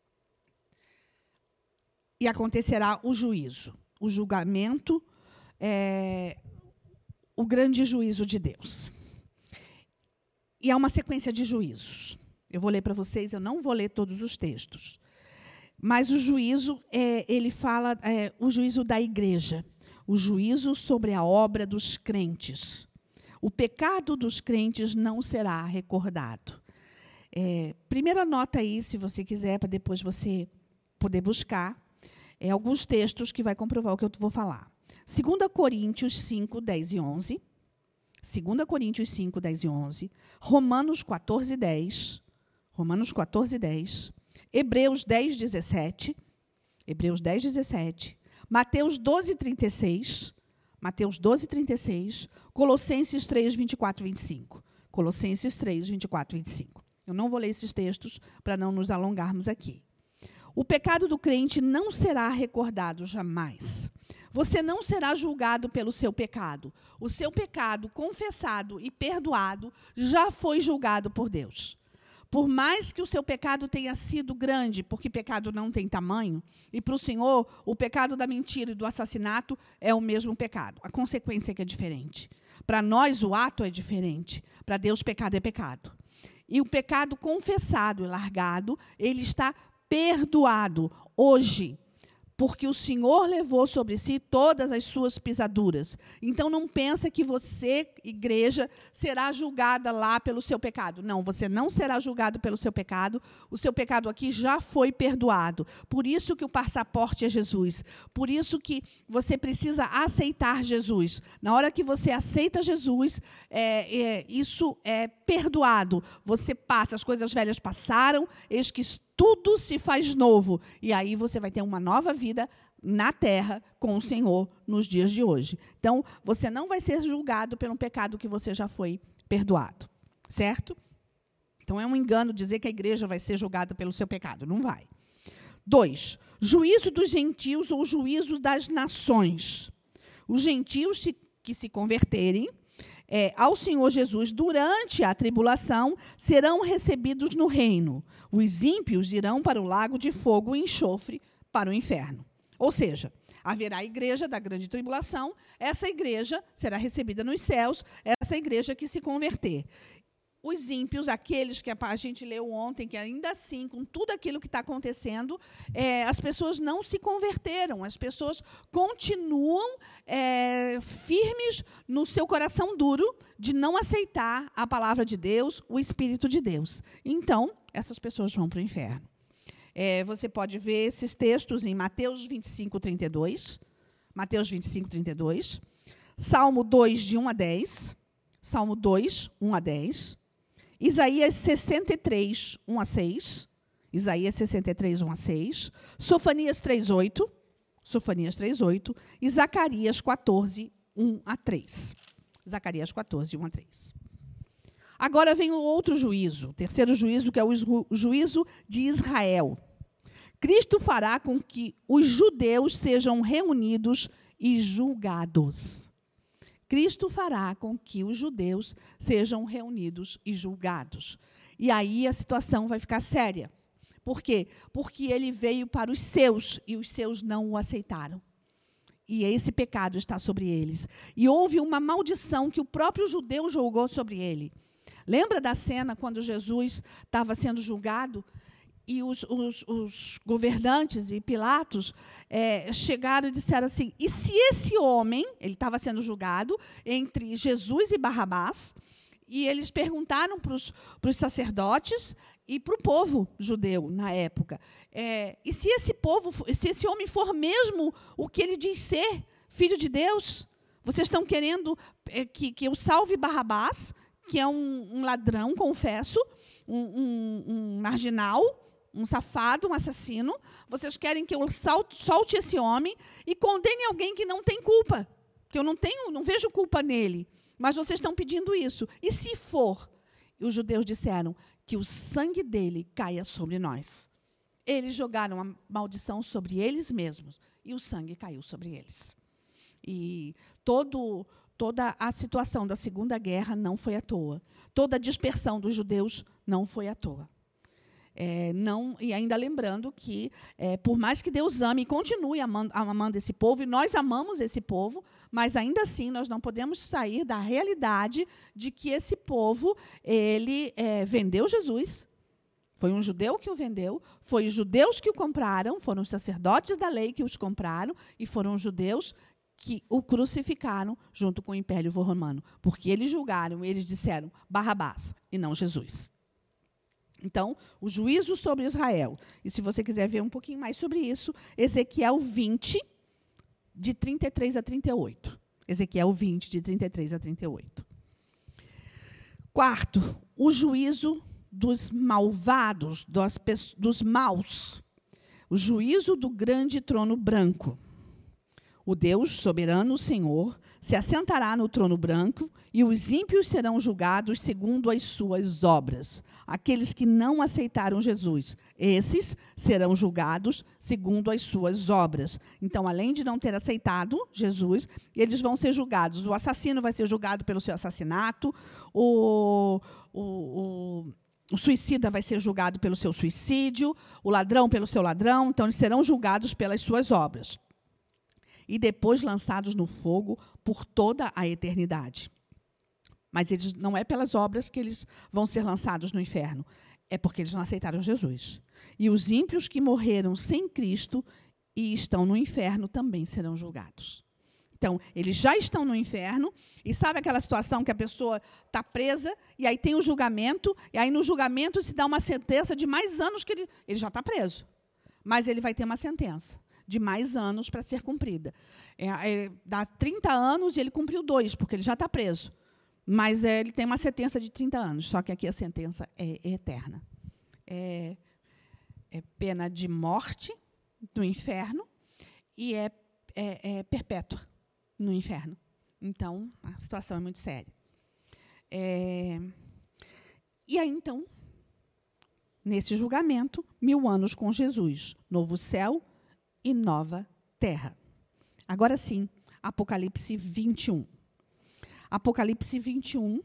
E acontecerá o juízo, o julgamento, é, o grande juízo de Deus. E há uma sequência de juízos. Eu vou ler para vocês, eu não vou ler todos os textos. Mas o juízo, é, ele fala, é, o juízo da igreja, o juízo sobre a obra dos crentes. O pecado dos crentes não será recordado. É, primeira nota aí, se você quiser, para depois você poder buscar. É, alguns textos que vai comprovar o que eu vou falar. Segunda Coríntios cinco, dez e onze. Segunda Coríntios cinco, dez e onze. Romanos quatorze, dez. Romanos quatorze, dez. Hebreus dez, dezessete. Hebreus dez, dezessete. Mateus doze, trinta e seis. Mateus doze, trinta e seis. Colossenses três, vinte e quatro e vinte e cinco. Colossenses três, vinte e quatro e vinte e cinco. Eu não vou ler esses textos para não nos alongarmos aqui. O pecado do crente não será recordado jamais. Você não será julgado pelo seu pecado. O seu pecado confessado e perdoado já foi julgado por Deus. Por mais que o seu pecado tenha sido grande, porque pecado não tem tamanho, e para o Senhor, o pecado da mentira e do assassinato é o mesmo pecado. A consequência é que é diferente. Para nós, o ato é diferente. Para Deus, pecado é pecado. E o pecado confessado e largado, ele está perdoado hoje, porque o Senhor levou sobre si todas as suas pisaduras. Então, não pensa que você, igreja, será julgada lá pelo seu pecado. Não, você não será julgado pelo seu pecado. O seu pecado aqui já foi perdoado. Por isso que o passaporte é Jesus. Por isso que você precisa aceitar Jesus. Na hora que você aceita Jesus, é, é, isso é perdoado. Você passa, as coisas velhas passaram, eis que tudo se faz novo. E aí você vai ter uma nova vida na terra com o Senhor nos dias de hoje. Então, você não vai ser julgado pelo pecado que você já foi perdoado. Certo? Então, é um engano dizer que a igreja vai ser julgada pelo seu pecado. Não vai. Dois, juízo dos gentios ou juízo das nações. Os gentios se, que se converterem, é, ao Senhor Jesus durante a tribulação, serão recebidos no reino. Os ímpios irão para o lago de fogo e enxofre, para o inferno. Ou seja, haverá a igreja da grande tribulação, essa igreja será recebida nos céus, essa igreja que se converter. Os ímpios, aqueles que a gente leu ontem, que ainda assim, com tudo aquilo que está acontecendo, é, as pessoas não se converteram, as pessoas continuam é, firmes no seu coração duro de não aceitar a palavra de Deus, o Espírito de Deus. Então, essas pessoas vão para o inferno. É, você pode ver esses textos em Mateus vinte e cinco, trinta e dois, Mateus vinte e cinco, trinta e dois, Salmo dois, de um a dez, Salmo dois, um a dez, Isaías sessenta e três, um a seis, Isaías sessenta e três, um a seis, Sofonias três, oito, Sofonias três, oito, e Zacarias quatorze, um a três. Zacarias quatorze, um a três. Agora vem o outro juízo, o terceiro juízo, que é o ju- juízo de Israel. Cristo fará com que os judeus sejam reunidos e julgados. Cristo fará com que os judeus sejam reunidos e julgados. E aí a situação vai ficar séria. Por quê? Porque ele veio para os seus e os seus não o aceitaram. E esse pecado está sobre eles. E houve uma maldição que o próprio judeu julgou sobre ele. Lembra da cena quando Jesus estava sendo julgado? E os, os, os governantes e Pilatos é, chegaram e disseram assim, e se esse homem, ele estava sendo julgado entre Jesus e Barrabás, e eles perguntaram para os sacerdotes e para o povo judeu na época, é, e se esse povo, se esse homem for mesmo o que ele diz ser, filho de Deus, vocês estão querendo é, que, que eu salve Barrabás, que é um, um ladrão, confesso, um, um, um marginal, um safado, um assassino, vocês querem que eu solte esse homem e condene alguém que não tem culpa, que eu não tenho, não vejo culpa nele, mas vocês estão pedindo isso. E se for? E os judeus disseram que o sangue dele caia sobre nós. Eles jogaram a maldição sobre eles mesmos e o sangue caiu sobre eles. E todo, toda a situação da Segunda Guerra não foi à toa. Toda a dispersão dos judeus não foi à toa. É, não, e ainda lembrando que, é, por mais que Deus ame e continue amando, amando esse povo, e nós amamos esse povo, mas ainda assim nós não podemos sair da realidade de que esse povo, ele é, vendeu Jesus, foi um judeu que o vendeu, foi os judeus que o compraram, foram os sacerdotes da lei que os compraram, e foram os judeus que o crucificaram junto com o Império Romano, porque eles julgaram, eles disseram Barrabás e não Jesus. Então, o juízo sobre Israel. E se você quiser ver um pouquinho mais sobre isso, Ezequiel vinte, de trinta e três a trinta e oito. Ezequiel vinte, de trinta e três a trinta e oito. Quarto, o juízo dos malvados, dos, dos maus. O juízo do grande trono branco. O Deus soberano, o Senhor, se assentará no trono branco e os ímpios serão julgados segundo as suas obras. Aqueles que não aceitaram Jesus, esses serão julgados segundo as suas obras. Então, além de não ter aceitado Jesus, eles vão ser julgados. O assassino vai ser julgado pelo seu assassinato, o, o, o, o suicida vai ser julgado pelo seu suicídio, o ladrão pelo seu ladrão. Então, eles serão julgados pelas suas obras. E depois lançados no fogo por toda a eternidade. Mas eles, não é pelas obras que eles vão ser lançados no inferno, é porque eles não aceitaram Jesus. E os ímpios que morreram sem Cristo e estão no inferno também serão julgados. Então, eles já estão no inferno, e sabe aquela situação que a pessoa está presa, e aí tem o julgamento, e aí no julgamento se dá uma sentença de mais anos que ele... Ele já está preso, mas ele vai ter uma sentença de mais anos para ser cumprida. É, é, dá trinta anos e ele cumpriu dois, porque ele já está preso. Mas é, ele tem uma sentença de trinta anos, só que aqui a sentença é eterna. É, é pena de morte no inferno e é, é, é perpétua no inferno. Então, a situação é muito séria. É, e aí, então, nesse julgamento, mil anos com Jesus, novo céu e nova terra. Agora sim, Apocalipse vinte e um. Apocalipse vinte e um.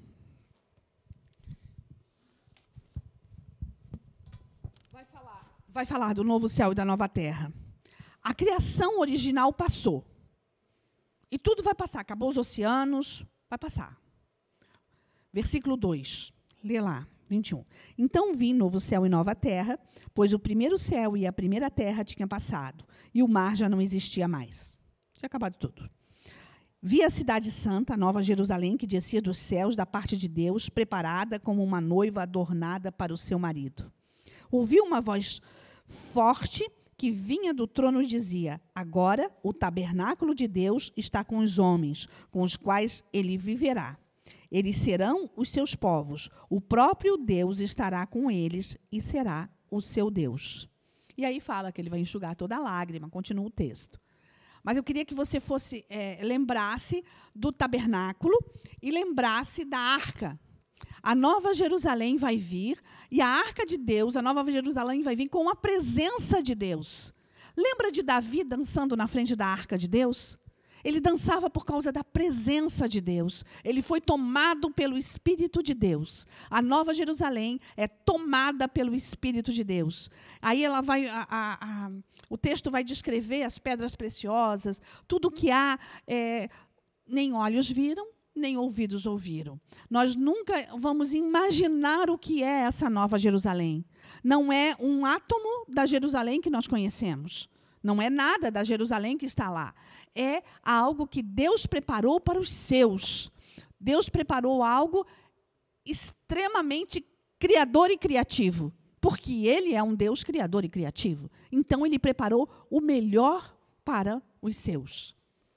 Vai falar, vai falar do novo céu e da nova terra. A criação original passou. E tudo vai passar. Acabou os oceanos, vai passar. Versículo dois. Lê lá, vinte e um. Então vi novo céu e nova terra, pois o primeiro céu e a primeira terra tinham passado, e o mar já não existia mais. Tinha acabado tudo. Vi a cidade santa, a nova Jerusalém, que descia dos céus da parte de Deus, preparada como uma noiva adornada para o seu marido. Ouvi uma voz forte que vinha do trono e dizia: agora o tabernáculo de Deus está com os homens, com os quais ele viverá. Eles serão os seus povos. O próprio Deus estará com eles e será o seu Deus. E aí fala que ele vai enxugar toda a lágrima, continua o texto. Mas eu queria que você fosse é, lembrasse do tabernáculo e lembrasse da arca. A nova Jerusalém vai vir, e a arca de Deus, a nova Jerusalém vai vir com a presença de Deus. Lembra de Davi dançando na frente da arca de Deus? Ele dançava por causa da presença de Deus. Ele foi tomado pelo Espírito de Deus. A nova Jerusalém é tomada pelo Espírito de Deus. Aí ela vai, a, a, a, o texto vai descrever as pedras preciosas, tudo que há, é, nem olhos viram, nem ouvidos ouviram. Nós nunca vamos imaginar o que é essa nova Jerusalém. Não é um átomo da Jerusalém que nós conhecemos. Não é nada da Jerusalém que está lá. É algo que Deus preparou para os seus. Deus preparou algo extremamente criador e criativo, porque Ele é um Deus criador e criativo. Então, Ele preparou o melhor para os seus.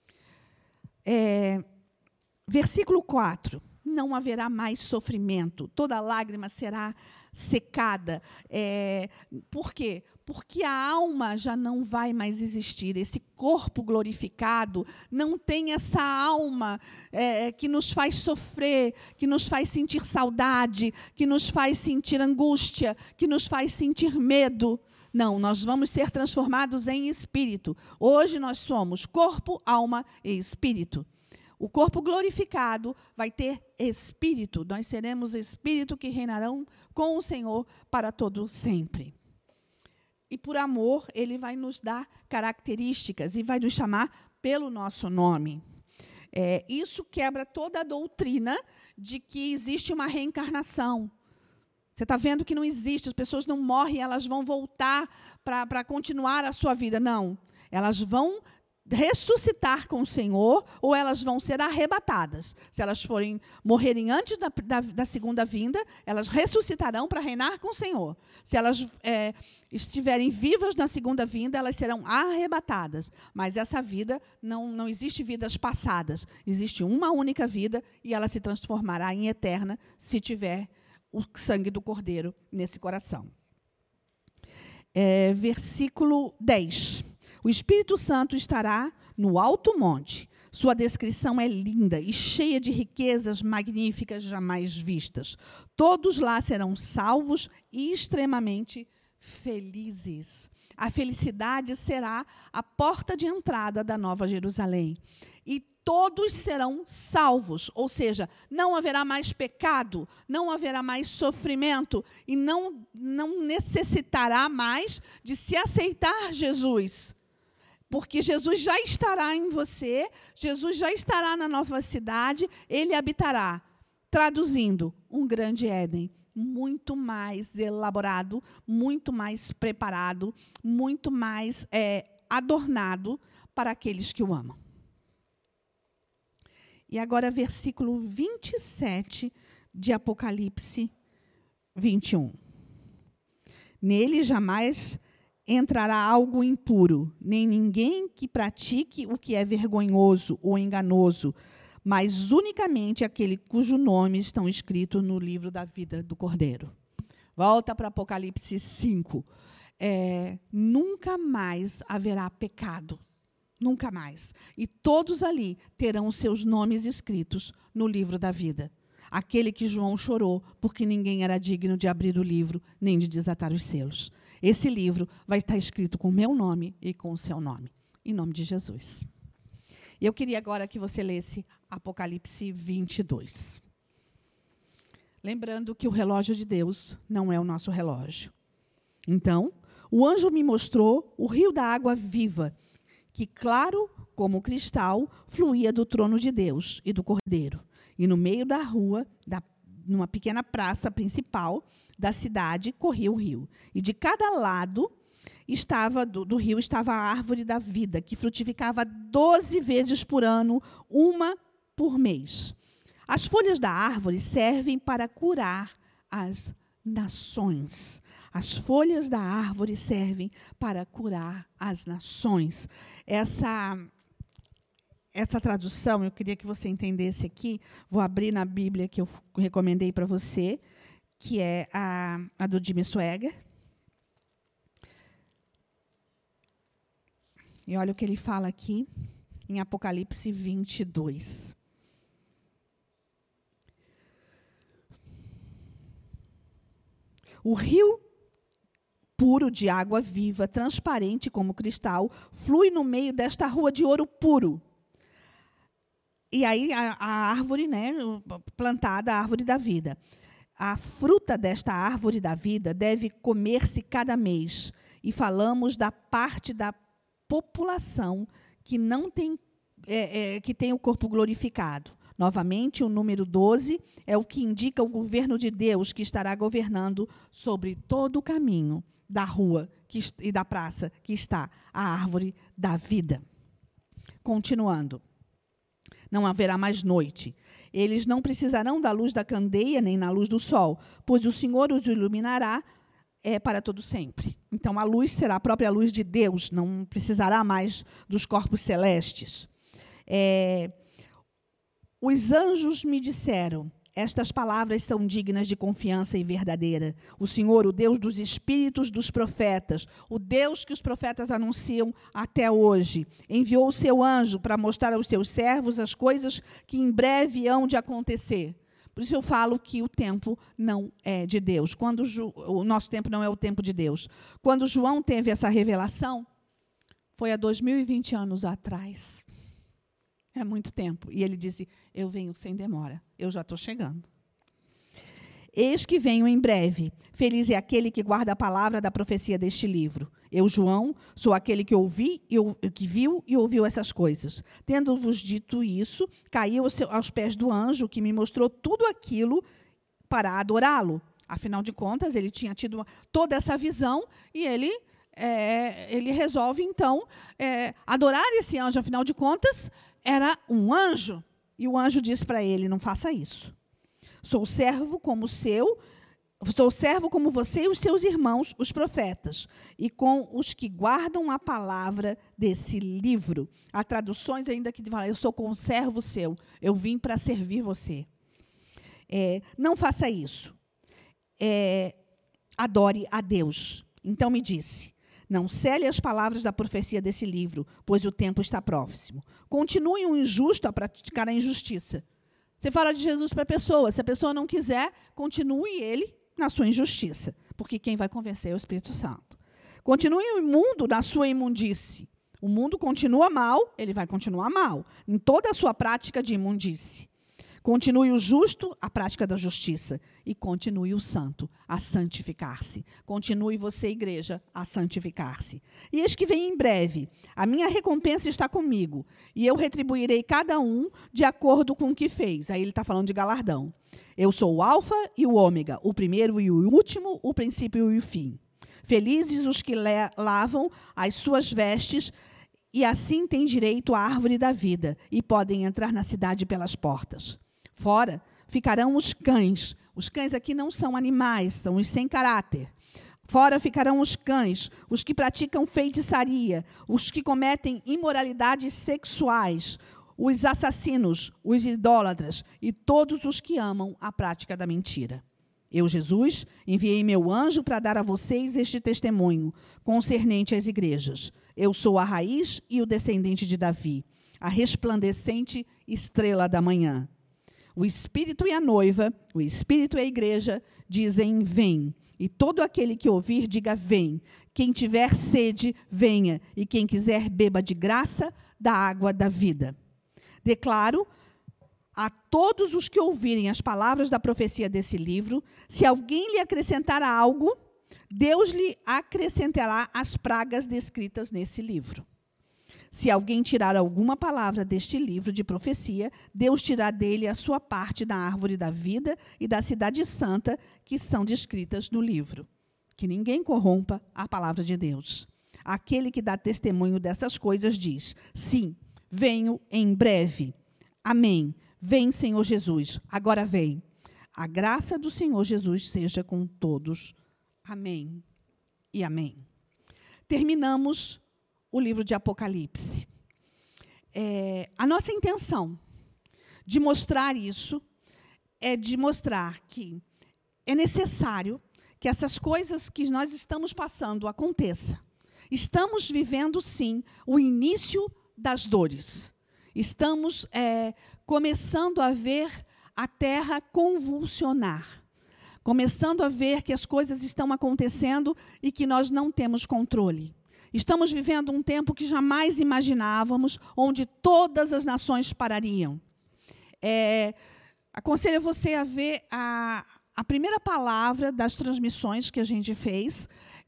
É, versículo quatro. Não haverá mais sofrimento, toda lágrima será secada. É, por quê? Porque a alma já não vai mais existir. Esse corpo glorificado não tem essa alma é, que nos faz sofrer, que nos faz sentir saudade, que nos faz sentir angústia, que nos faz sentir medo. Não, nós vamos ser transformados em espírito. Hoje nós somos corpo, alma e espírito. O corpo glorificado vai ter espírito. Nós seremos espírito que reinarão com o Senhor para todo sempre. E por amor, Ele vai nos dar características e vai nos chamar pelo nosso nome. É, isso quebra toda a doutrina de que existe uma reencarnação. Você está vendo que não existe, as pessoas não morrem, elas vão voltar para continuar a sua vida. Não, elas vão ressuscitar com o Senhor, ou elas vão ser arrebatadas. Se elas forem morrerem antes da, da, da segunda vinda, elas ressuscitarão para reinar com o Senhor. Se elas é, estiverem vivas na segunda vinda, elas serão arrebatadas. Mas essa vida, não, não existe vidas passadas. Existe uma única vida e ela se transformará em eterna se tiver o sangue do Cordeiro nesse coração. É, versículo dez. O Espírito Santo estará no alto monte. Sua descrição é linda e cheia de riquezas magníficas jamais vistas. Todos lá serão salvos e extremamente felizes. A felicidade será a porta de entrada da Nova Jerusalém. E todos serão salvos, ou seja, não haverá mais pecado, não haverá mais sofrimento e não, não necessitará mais de se aceitar Jesus. Porque Jesus já estará em você, Jesus já estará na nossa cidade, Ele habitará. Traduzindo, um grande Éden, muito mais elaborado, muito mais preparado, muito mais é, adornado para aqueles que o amam. E agora, versículo vinte e sete de Apocalipse vinte e um. Nele jamais entrará algo impuro, nem ninguém que pratique o que é vergonhoso ou enganoso, mas unicamente aquele cujo nome estão escritos no livro da vida do Cordeiro. Volta para Apocalipse cinco. É, nunca mais haverá pecado. Nunca mais. E todos ali terão os seus nomes escritos no livro da vida. Aquele que João chorou, porque ninguém era digno de abrir o livro, nem de desatar os selos. Esse livro vai estar escrito com o meu nome e com o seu nome. Em nome de Jesus. Eu queria agora que você lesse Apocalipse vinte e dois. Lembrando que o relógio de Deus não é o nosso relógio. Então, o anjo me mostrou o rio da água viva, que, claro como cristal, fluía do trono de Deus e do Cordeiro. E no meio da rua, da, numa pequena praça principal da cidade, corria o rio. E de cada lado estava do, do rio estava a árvore da vida, que frutificava doze vezes por ano, uma por mês. As folhas da árvore servem para curar as nações. As folhas da árvore servem para curar as nações. Essa, essa tradução, eu queria que você entendesse aqui. Vou abrir na Bíblia que eu recomendei para você, que é a, a do Jimmy Swaggart. E olha o que ele fala aqui em Apocalipse vinte e dois. O rio puro de água viva, transparente como cristal, flui no meio desta rua de ouro puro. E aí a, a árvore, né, plantada, a árvore da vida. A fruta desta árvore da vida deve comer-se cada mês. E falamos da parte da população que não tem, é, é, que tem o corpo glorificado. Novamente, o número doze é o que indica o governo de Deus, que estará governando sobre todo o caminho da rua que, e da praça que está a árvore da vida. Continuando. Não haverá mais noite. Eles não precisarão da luz da candeia, nem na luz do sol, pois o Senhor os iluminará é, para todo sempre. Então, a luz será a própria luz de Deus, não precisará mais dos corpos celestes. É... Os anjos me disseram, estas palavras são dignas de confiança e verdadeira. O Senhor, o Deus dos espíritos dos profetas, o Deus que os profetas anunciam até hoje, enviou o seu anjo para mostrar aos seus servos as coisas que em breve hão de acontecer. Por isso eu falo que o tempo não é de Deus. Quando Ju, o nosso tempo não é o tempo de Deus. Quando João teve essa revelação, foi há dois mil e vinte anos atrás. É muito tempo. E ele disse, eu venho sem demora, eu já estou chegando. Eis que venho em breve. Feliz é aquele que guarda a palavra da profecia deste livro. Eu, João, sou aquele que ouvi, eu, que viu e ouviu essas coisas. Tendo-vos dito isso, caí aos pés do anjo, que me mostrou tudo aquilo para adorá-lo. Afinal de contas, ele tinha tido toda essa visão e ele, é, ele resolve, então, é, adorar esse anjo. Afinal de contas, era um anjo. E o anjo disse para ele, não faça isso. Sou servo como seu, sou servo como você e os seus irmãos, os profetas, e com os que guardam a palavra desse livro. Há traduções ainda que falam, eu sou conservo seu, eu vim para servir você. É, não faça isso. É, adore a Deus. Então me disse, não cele as palavras da profecia desse livro, pois o tempo está próximo. Continue um injusto a praticar a injustiça. Você fala de Jesus para a pessoa. Se a pessoa não quiser, continue ele na sua injustiça, porque quem vai convencer é o Espírito Santo. Continue o imundo na sua imundície. O mundo continua mal, ele vai continuar mal, em toda a sua prática de imundície. Continue o justo, a prática da justiça. E continue o santo, a santificar-se. Continue você, igreja, a santificar-se. E eis que vem em breve. A minha recompensa está comigo. E eu retribuirei cada um de acordo com o que fez. Aí ele está falando de galardão. Eu sou o alfa e o ômega, o primeiro e o último, o princípio e o fim. Felizes os que lavam as suas vestes, e assim têm direito à árvore da vida, e podem entrar na cidade pelas portas. Fora ficarão os cães. Os cães aqui não são animais, são os sem caráter. Fora ficarão os cães, os que praticam feitiçaria, os que cometem imoralidades sexuais, os assassinos, os idólatras e todos os que amam a prática da mentira. Eu, Jesus, enviei meu anjo para dar a vocês este testemunho concernente às igrejas. Eu sou a raiz e o descendente de Davi, a resplandecente estrela da manhã. O Espírito e a noiva, o Espírito e a igreja, dizem, vem. E todo aquele que ouvir, diga, vem. Quem tiver sede, venha. E quem quiser, beba de graça da água da vida. Declaro a todos os que ouvirem as palavras da profecia desse livro, se alguém lhe acrescentar algo, Deus lhe acrescentará as pragas descritas nesse livro. Se alguém tirar alguma palavra deste livro de profecia, Deus tirará dele a sua parte da árvore da vida e da cidade santa que são descritas no livro. Que ninguém corrompa a palavra de Deus. Aquele que dá testemunho dessas coisas diz: sim, venho em breve. Amém. Vem, Senhor Jesus. Agora vem. A graça do Senhor Jesus seja com todos. Amém e amém. Terminamos o livro de Apocalipse. É, a nossa intenção de mostrar isso é de mostrar que é necessário que essas coisas que nós estamos passando aconteçam. Estamos vivendo, sim, o início das dores. Estamos é, começando a ver a terra convulsionar. Começando a ver que as coisas estão acontecendo e que nós não temos controle. Estamos vivendo um tempo que jamais imaginávamos, onde todas as nações parariam. É, aconselho você a ver a, a primeira palavra das transmissões que a gente fez,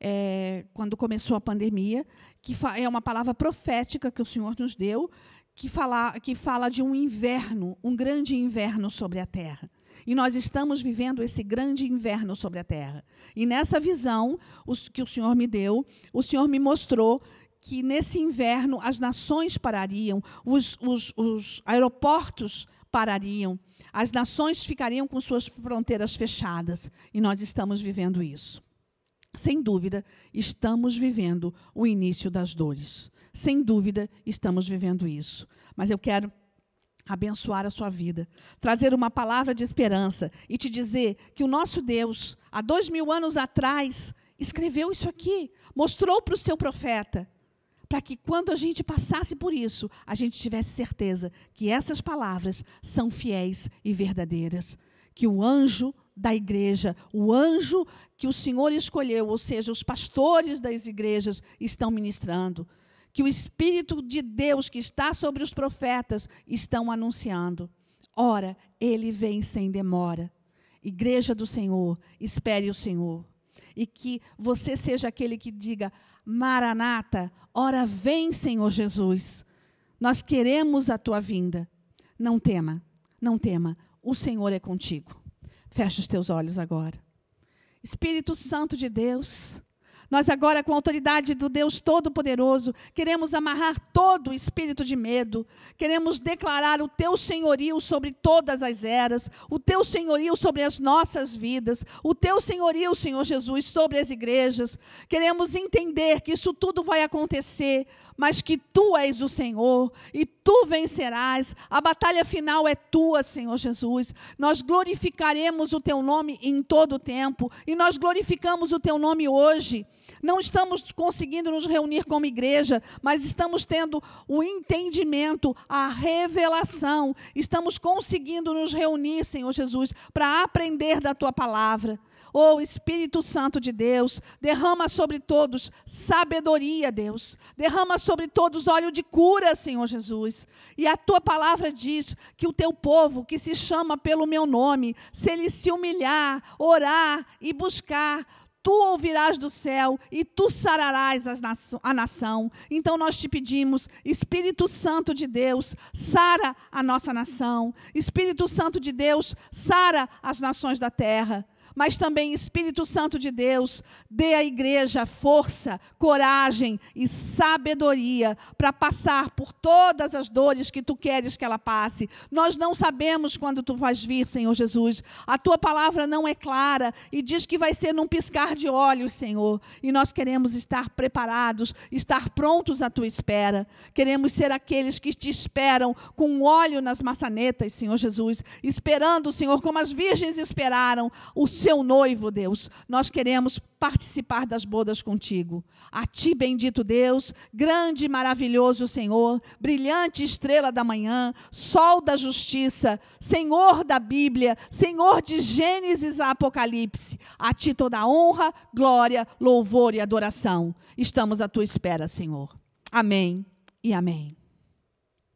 é, quando começou a pandemia, que é uma palavra profética que o Senhor nos deu, que fala, que fala de um inverno, um grande inverno sobre a terra. E nós estamos vivendo esse grande inverno sobre a terra. E nessa visão os, que o Senhor me deu, o Senhor me mostrou que nesse inverno as nações parariam, os, os, os aeroportos parariam, as nações ficariam com suas fronteiras fechadas. E nós estamos vivendo isso. Sem dúvida, estamos vivendo o início das dores. Sem dúvida, estamos vivendo isso. Mas eu quero abençoar a sua vida, trazer uma palavra de esperança e te dizer que o nosso Deus, há dois mil anos atrás, escreveu isso aqui, mostrou para o seu profeta, para que quando a gente passasse por isso, a gente tivesse certeza que essas palavras são fiéis e verdadeiras, que o anjo da igreja, o anjo que o Senhor escolheu, ou seja, os pastores das igrejas estão ministrando, que o Espírito de Deus que está sobre os profetas estão anunciando. Ora, ele vem sem demora. Igreja do Senhor, espere o Senhor. E que você seja aquele que diga: Maranata, ora vem, Senhor Jesus. Nós queremos a tua vinda. Não tema, não tema. O Senhor é contigo. Fecha os teus olhos agora. Espírito Santo de Deus, nós agora, com a autoridade do Deus Todo-Poderoso, queremos amarrar todo o espírito de medo, queremos declarar o teu senhorio sobre todas as eras, o teu senhorio sobre as nossas vidas, o teu senhorio, Senhor Jesus, sobre as igrejas. Queremos entender que isso tudo vai acontecer, mas que tu és o Senhor e tu vencerás. A batalha final é tua, Senhor Jesus. Nós glorificaremos o teu nome em todo o tempo e nós glorificamos o teu nome hoje. Não estamos conseguindo nos reunir como igreja, mas estamos tendo o entendimento, a revelação. Estamos conseguindo nos reunir, Senhor Jesus, para aprender da tua palavra. Oh, Espírito Santo de Deus, derrama sobre todos sabedoria, Deus. Derrama sobre todos óleo de cura, Senhor Jesus. E a tua palavra diz que o teu povo, que se chama pelo meu nome, se ele se humilhar, orar e buscar, tu ouvirás do céu e tu sararás a nação. Então nós te pedimos, Espírito Santo de Deus, sara a nossa nação. Espírito Santo de Deus, sara as nações da terra. Mas também, Espírito Santo de Deus, dê à igreja força, coragem e sabedoria para passar por todas as dores que tu queres que ela passe. Nós não sabemos quando tu vais vir, Senhor Jesus. A tua palavra não é clara e diz que vai ser num piscar de olhos, Senhor. E nós queremos estar preparados, estar prontos à tua espera. Queremos ser aqueles que te esperam com óleo nas maçanetas, Senhor Jesus, esperando, Senhor, como as virgens esperaram o seu noivo, Deus. Nós queremos participar das bodas contigo. A ti, bendito Deus, grande e maravilhoso Senhor, brilhante estrela da manhã, sol da justiça, Senhor da Bíblia, Senhor de Gênesis a Apocalipse. A ti toda a honra, glória, louvor e adoração. Estamos à tua espera, Senhor. Amém e amém.